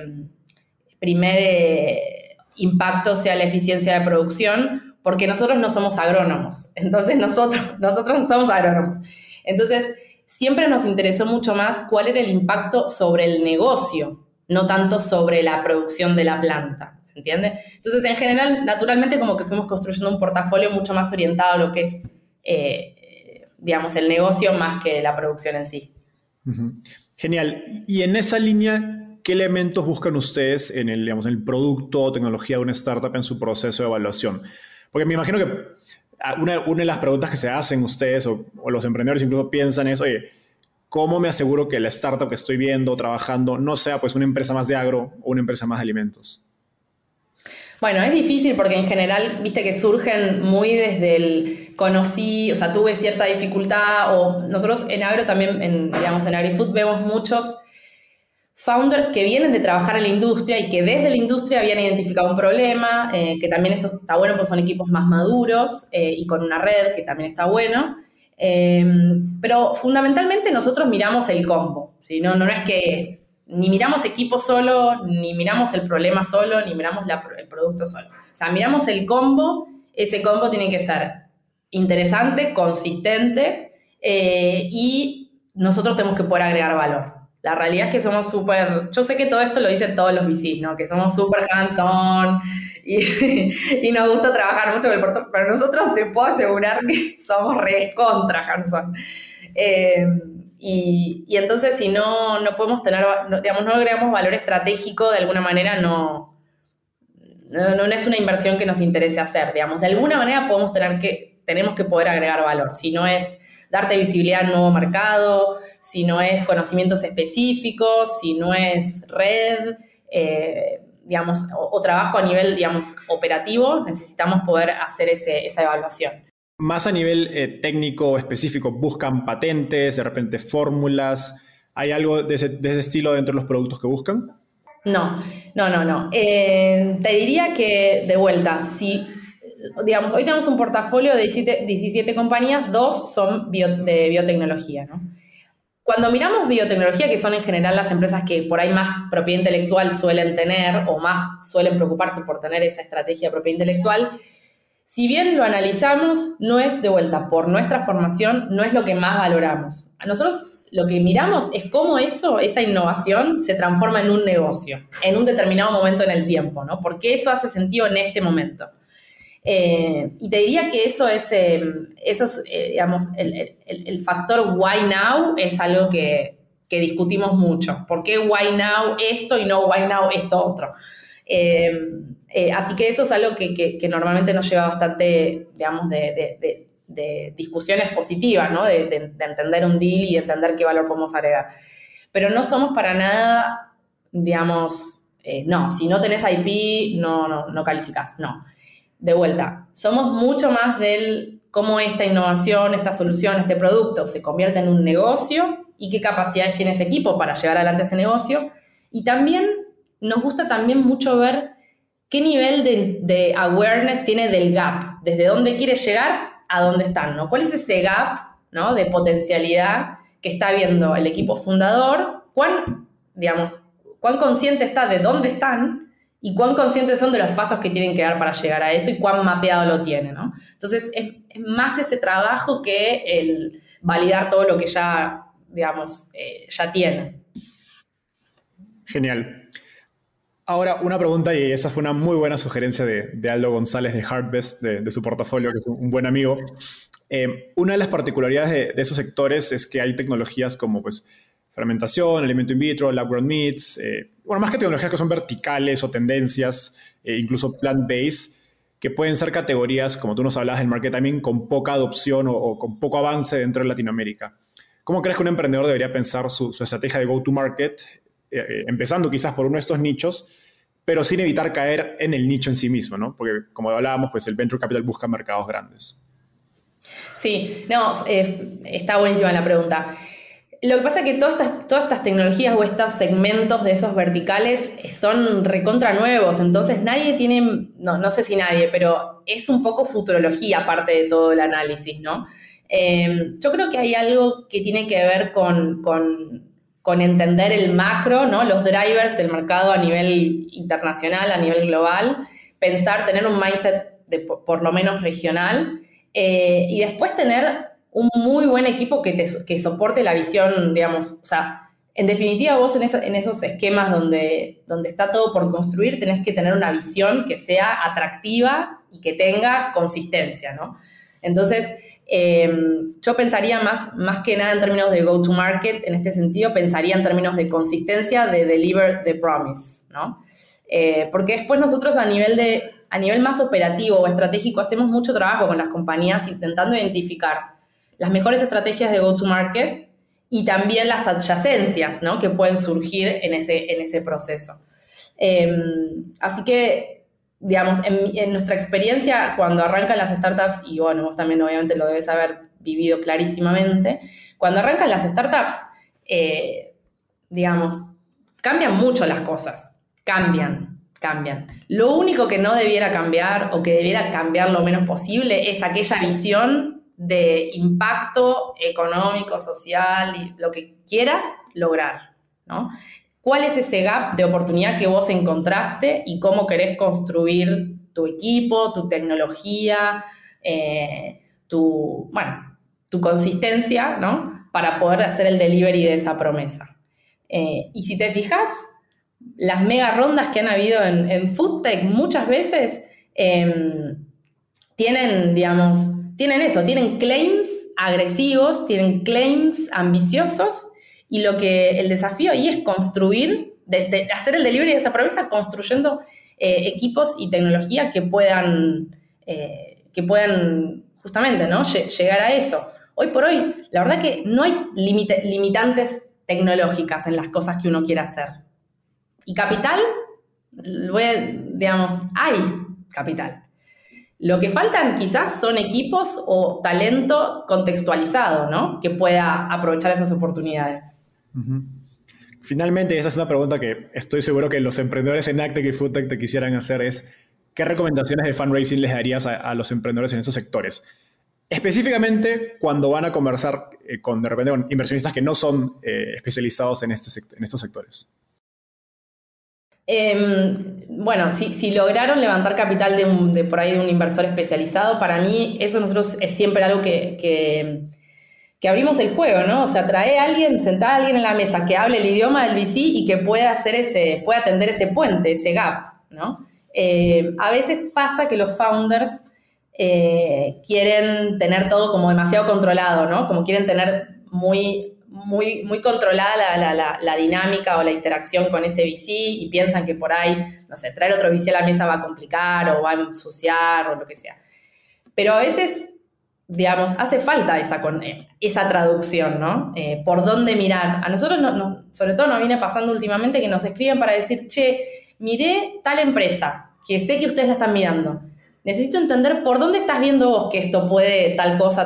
impacto sea la eficiencia de producción, porque nosotros no somos agrónomos. Entonces, nosotros no somos agrónomos. Entonces, siempre nos interesó mucho más cuál era el impacto sobre el negocio, no tanto sobre la producción de la planta, ¿se entiende? Entonces, en general, naturalmente, como que fuimos construyendo un portafolio mucho más orientado a lo que es, digamos, el negocio más que la producción en sí. Uh-huh. Genial. Y en esa línea, ¿qué elementos buscan ustedes en el producto o tecnología de una startup en su proceso de evaluación? Porque me imagino que una de las preguntas que se hacen ustedes o los emprendedores incluso piensan es, oye, ¿cómo me aseguro que la startup que estoy viendo, trabajando, no sea pues una empresa más de agro o una empresa más de alimentos? Bueno, es difícil porque en general, viste que surgen muy desde conocí, o sea, tuve cierta dificultad, o nosotros en agro también, digamos, en AgriFood vemos muchos founders que vienen de trabajar en la industria y que desde la industria habían identificado un problema, que también eso está bueno porque son equipos más maduros y con una red que también está bueno. Pero fundamentalmente nosotros miramos el combo, ¿sí? No es que ni miramos equipo solo, ni miramos el problema solo, ni miramos el producto solo. O sea, miramos el combo, ese combo tiene que ser interesante, consistente y nosotros tenemos que poder agregar valor. La realidad es que somos súper... Yo sé que todo esto lo dicen todos los VCs, ¿no? Que somos súper hands-on y nos gusta trabajar mucho con el portafolio, pero nosotros te puedo asegurar que somos re contra hands-on. Y entonces si no podemos tener, digamos, no agregamos valor estratégico, de alguna manera no es una inversión que nos interese hacer, digamos. De alguna manera tenemos que poder agregar valor, si no es darte visibilidad a un nuevo mercado, si no es conocimientos específicos, si no es red, digamos, o trabajo a nivel, digamos, operativo, necesitamos poder hacer esa evaluación. Más a nivel técnico específico, ¿buscan patentes, de repente fórmulas? ¿Hay algo de ese estilo dentro de los productos que buscan? No. Te diría que, de vuelta, si, digamos, hoy tenemos un portafolio de 17 compañías, 2 son de biotecnología, ¿no? Cuando miramos biotecnología, que son en general las empresas que por ahí más propiedad intelectual suelen tener o más suelen preocuparse por tener esa estrategia de propiedad intelectual, si bien lo analizamos, no es de vuelta por nuestra formación, no es lo que más valoramos. A nosotros lo que miramos es cómo esa innovación se transforma en un negocio, en un determinado momento en el tiempo, ¿no? Porque eso hace sentido en este momento. Y te diría que eso es digamos, el factor why now es algo que discutimos mucho. ¿Por qué why now esto y no why now esto otro? Así que eso es algo que normalmente nos lleva bastante, digamos, de discusiones positivas, ¿no? De entender un deal y de entender qué valor podemos agregar. Pero no somos para nada, digamos, no, si no tenés IP, no calificás, no. De vuelta, somos mucho más del cómo esta innovación, esta solución, este producto se convierte en un negocio y qué capacidades tiene ese equipo para llevar adelante ese negocio. Y también nos gusta también mucho ver qué nivel de awareness tiene del gap, desde dónde quiere llegar a dónde están, ¿no? ¿Cuál es ese gap, ¿no?, de potencialidad que está viendo el equipo fundador? ¿Cuán consciente está de dónde están? Y cuán conscientes son de los pasos que tienen que dar para llegar a eso y cuán mapeado lo tienen, ¿no? Entonces, es más ese trabajo que el validar todo lo que ya, digamos, ya tienen. Genial. Ahora, una pregunta, y esa fue una muy buena sugerencia de Aldo González de Harvest, de su portafolio, que es un buen amigo. Una de las particularidades de esos sectores es que hay tecnologías como, pues, fermentación, alimento in vitro, lab-grown meats, más que tecnologías que son verticales o tendencias, incluso plant-based, que pueden ser categorías, como tú nos hablabas del market timing, con poca adopción o con poco avance dentro de Latinoamérica. ¿Cómo crees que un emprendedor debería pensar su estrategia de go-to-market, empezando quizás por uno de estos nichos, pero sin evitar caer en el nicho en sí mismo, ¿no? Porque, como hablábamos, pues el venture capital busca mercados grandes. Sí, no, está buenísima la pregunta. Lo que pasa es que todas estas tecnologías o estos segmentos de esos verticales son recontra nuevos, entonces nadie tiene, no sé si nadie, pero es un poco futurología aparte de todo el análisis, ¿no? Yo creo que hay algo que tiene que ver con entender el macro, ¿no? Los drivers del mercado a nivel internacional, a nivel global, tener un mindset por lo menos regional, y después tener un muy buen equipo que soporte la visión, digamos, o sea, en definitiva vos en esos esquemas donde está todo por construir tenés que tener una visión que sea atractiva y que tenga consistencia, ¿no? Entonces, yo pensaría más que nada en términos de go-to-market, en este sentido, pensaría en términos de consistencia, de deliver the promise, ¿no? Porque después nosotros a nivel más operativo o estratégico hacemos mucho trabajo con las compañías intentando identificar las mejores estrategias de go-to-market y también las adyacencias, ¿no?, que pueden surgir en ese proceso. Así que digamos, en nuestra experiencia, cuando arrancan las startups, y bueno, vos también obviamente lo debes haber vivido clarísimamente, cuando arrancan las startups, digamos, cambian mucho las cosas, cambian. Lo único que no debiera cambiar o que debiera cambiar lo menos posible es aquella visión de impacto económico, social y lo que quieras lograr, ¿no? ¿Cuál es ese gap de oportunidad que vos encontraste y cómo querés construir tu equipo, tu tecnología, tu consistencia, ¿no? Para poder hacer el delivery de esa promesa. Y si te fijas, las mega rondas que han habido en FoodTech muchas veces tienen tienen claims agresivos, tienen claims ambiciosos, y el desafío ahí es construir, de hacer el delivery de esa promesa construyendo equipos y tecnología que puedan justamente, ¿no? Llegar a eso. Hoy por hoy, la verdad que no hay limitantes tecnológicas en las cosas que uno quiere hacer. Y capital, hay capital. Lo que faltan quizás son equipos o talento contextualizado, ¿no? Que pueda aprovechar esas oportunidades. Uh-huh. Finalmente, esa es una pregunta que estoy seguro que los emprendedores en AgTech y FoodTech te quisieran hacer, es ¿qué recomendaciones de fundraising les darías a los emprendedores en esos sectores? Específicamente cuando van a conversar con, de repente, con inversionistas que no son especializados en estos sectores. Bueno, si lograron levantar capital de por ahí de un inversor especializado, para mí eso nosotros es siempre algo que abrimos el juego, ¿no? O sea, sentá a alguien en la mesa que hable el idioma del VC y que pueda atender ese puente, ese gap, ¿no? A veces pasa que los founders quieren tener todo como demasiado controlado, ¿no? Como quieren tener muy controlada la dinámica o la interacción con ese VC y piensan que por ahí, no sé, traer otro VC a la mesa va a complicar o va a ensuciar o lo que sea. Pero a veces, digamos, hace falta esa traducción, ¿no? Por dónde mirar. A nosotros, sobre todo nos viene pasando últimamente que nos escriben para decir, che, miré tal empresa, que sé que ustedes la están mirando. Necesito entender por dónde estás viendo vos que esto puede tal cosa.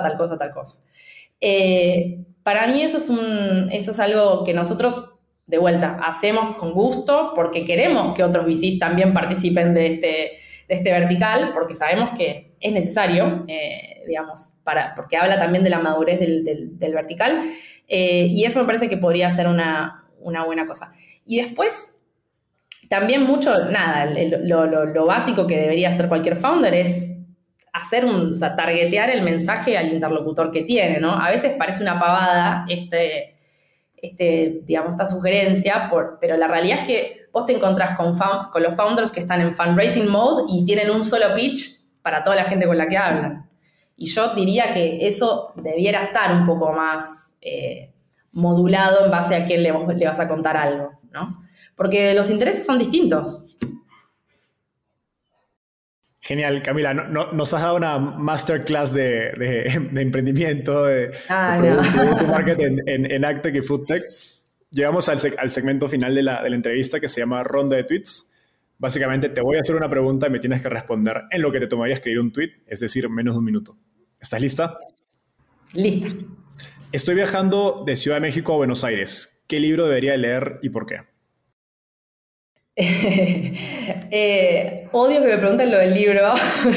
Para mí eso es algo que nosotros, de vuelta, hacemos con gusto porque queremos que otros VCs también participen de este vertical, porque sabemos que es necesario, porque habla también de la madurez del vertical, y eso me parece que podría ser una buena cosa. Y después, también lo básico que debería hacer cualquier founder es targetear el mensaje al interlocutor que tiene, ¿no? A veces parece una pavada esta sugerencia, pero la realidad es que vos te encontrás con los founders que están en fundraising mode y tienen un solo pitch para toda la gente con la que hablan. Y yo diría que eso debiera estar un poco más modulado en base a quién le vas a contar algo, ¿no? Porque los intereses son distintos. Genial, Camila. Nos has dado una masterclass de emprendimiento, de producto market en AgTech y FoodTech. Llegamos al segmento final de la entrevista que se llama Ronda de Tweets. Básicamente te voy a hacer una pregunta y me tienes que responder en lo que te tomaría escribir un tweet, es decir, menos de un minuto. ¿Estás lista? Lista. Estoy viajando de Ciudad de México a Buenos Aires. ¿Qué libro debería leer y por qué? Odio que me pregunten lo del libro,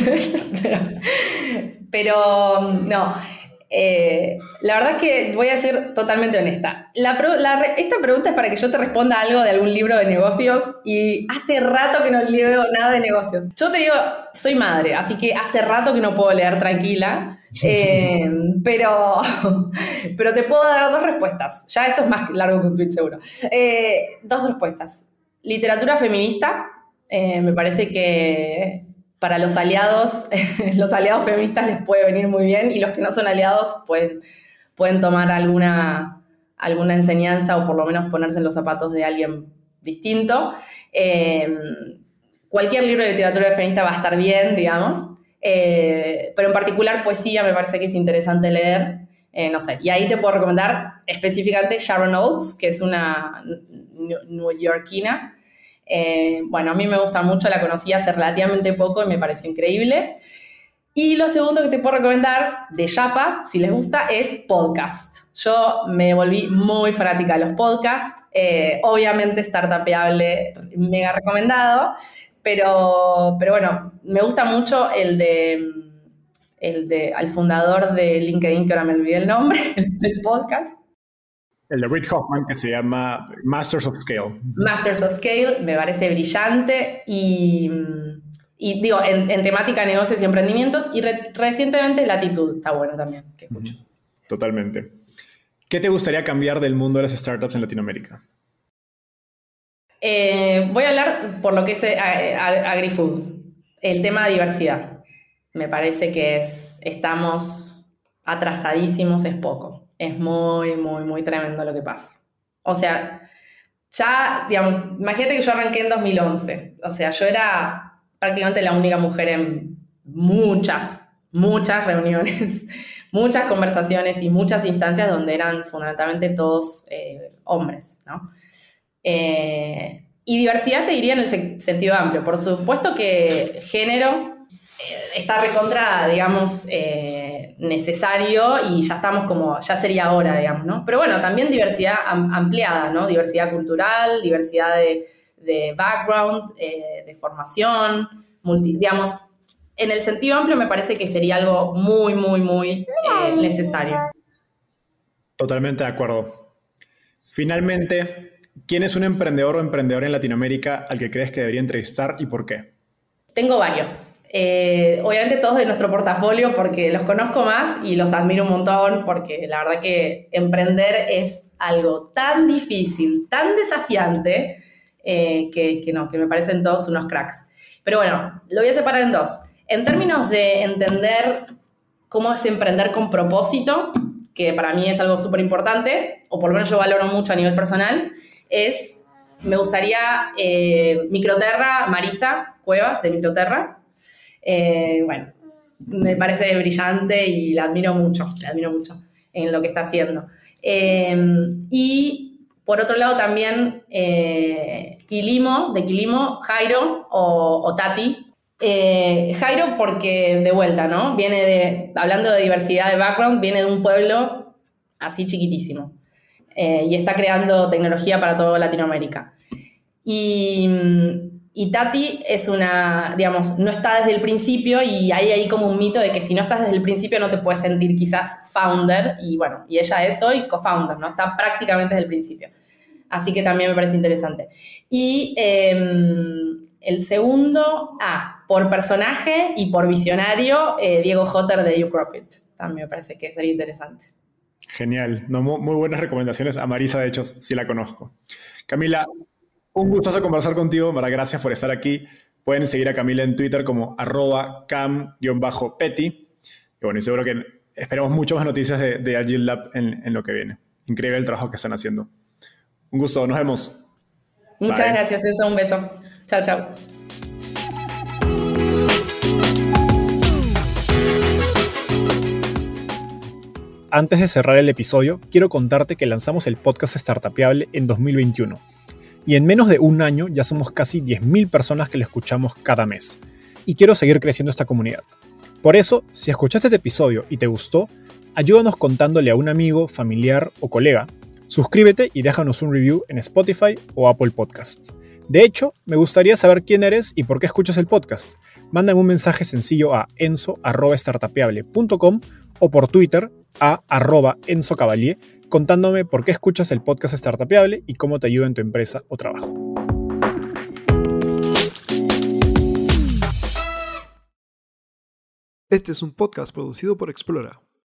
pero no. La verdad es que voy a ser totalmente honesta. Esta pregunta es para que yo te responda algo de algún libro de negocios y hace rato que no leo nada de negocios. Yo te digo, soy madre, así que hace rato que no puedo leer tranquila, pero te puedo dar dos respuestas. Ya esto es más largo que un tweet seguro. Dos respuestas. Literatura feminista, me parece que para los aliados feministas les puede venir muy bien y los que no son aliados pueden tomar alguna enseñanza o por lo menos ponerse en los zapatos de alguien distinto. Cualquier libro de literatura feminista va a estar bien, digamos, pero en particular poesía me parece que es interesante leer. No sé, y ahí te puedo recomendar específicamente Sharon Olds, que es una neoyorquina, Bueno, a mí me gusta mucho, la conocí hace relativamente poco y me pareció increíble. Y lo segundo que te puedo recomendar de Yapa, si les gusta, es podcast. Yo me volví muy fanática de los podcasts. Obviamente Startupeable, mega recomendado. Pero bueno, me gusta mucho el de al fundador de LinkedIn, que ahora me olvidé el nombre, del podcast. El de Reid Hoffman, que se llama Masters of Scale. Masters of Scale, me parece brillante y digo, en temática de negocios y emprendimientos, y recientemente Latitud está bueno también, que escucho. Totalmente. ¿Qué te gustaría cambiar del mundo de las startups en Latinoamérica? Voy a hablar por lo que es AgriFood, el tema de diversidad. Me parece que estamos atrasadísimos, es poco. Es muy, muy, muy tremendo lo que pasa. O sea, ya, digamos, imagínate que yo arranqué en 2011. O sea, yo era prácticamente la única mujer en muchas reuniones, muchas conversaciones y muchas instancias donde eran fundamentalmente todos hombres, ¿no? Y diversidad te diría en el sentido amplio. Por supuesto que género está recontra, digamos, necesario y ya estamos como, ya sería hora, digamos, ¿no? Pero bueno, también diversidad ampliada, ¿no? Diversidad cultural, diversidad de background, de formación, digamos, en el sentido amplio me parece que sería algo muy, muy, muy necesario. Totalmente de acuerdo. Finalmente, ¿quién es un emprendedor o emprendedora en Latinoamérica al que crees que debería entrevistar y por qué? Tengo varios. Obviamente todos de nuestro portafolio porque los conozco más y los admiro un montón porque la verdad que emprender es algo tan difícil, tan desafiante que me parecen todos unos cracks. Pero bueno, lo voy a separar en dos. En términos de entender cómo es emprender con propósito, que para mí es algo súper importante, o por lo menos yo valoro mucho a nivel personal, me gustaría Microterra, Marisa Cuevas de Microterra. Bueno, me parece brillante y la admiro mucho en lo que está haciendo. Y por otro lado también de Quilimo, Jairo o Tati. Jairo porque, de vuelta, ¿no? Hablando de diversidad de background, viene de un pueblo así chiquitísimo y está creando tecnología para toda Latinoamérica. Y Tati es digamos, no está desde el principio y hay ahí como un mito de que si no estás desde el principio no te puedes sentir quizás founder y bueno, y ella es hoy co-founder, ¿no? Está prácticamente desde el principio. Así que también me parece interesante. Y el segundo, por personaje y por visionario, Diego Jotter de YouCropit. También me parece que sería interesante. Genial. No, muy buenas recomendaciones. A Marisa, de hecho, sí la conozco. Camila, un gustazo conversar contigo. Gracias por estar aquí. Pueden seguir a Camila en Twitter como @cam_petty. Y bueno, y seguro que esperamos mucho más noticias de Agile Lab en lo que viene. Increíble el trabajo que están haciendo. Un gusto, nos vemos. Muchas gracias, Enzo. Un beso. Chao, chao. Antes de cerrar el episodio, quiero contarte que lanzamos el podcast Startupeable en 2021. Y en menos de un año ya somos casi 10.000 personas que lo escuchamos cada mes. Y quiero seguir creciendo esta comunidad. Por eso, si escuchaste este episodio y te gustó, ayúdanos contándole a un amigo, familiar o colega. Suscríbete y déjanos un review en Spotify o Apple Podcasts. De hecho, me gustaría saber quién eres y por qué escuchas el podcast. Mándame un mensaje sencillo a enzo@startupeable.com o por Twitter a @EnzoCavalier contándome por qué escuchas el podcast Startupeable y cómo te ayuda en tu empresa o trabajo. Este es un podcast producido por Explora.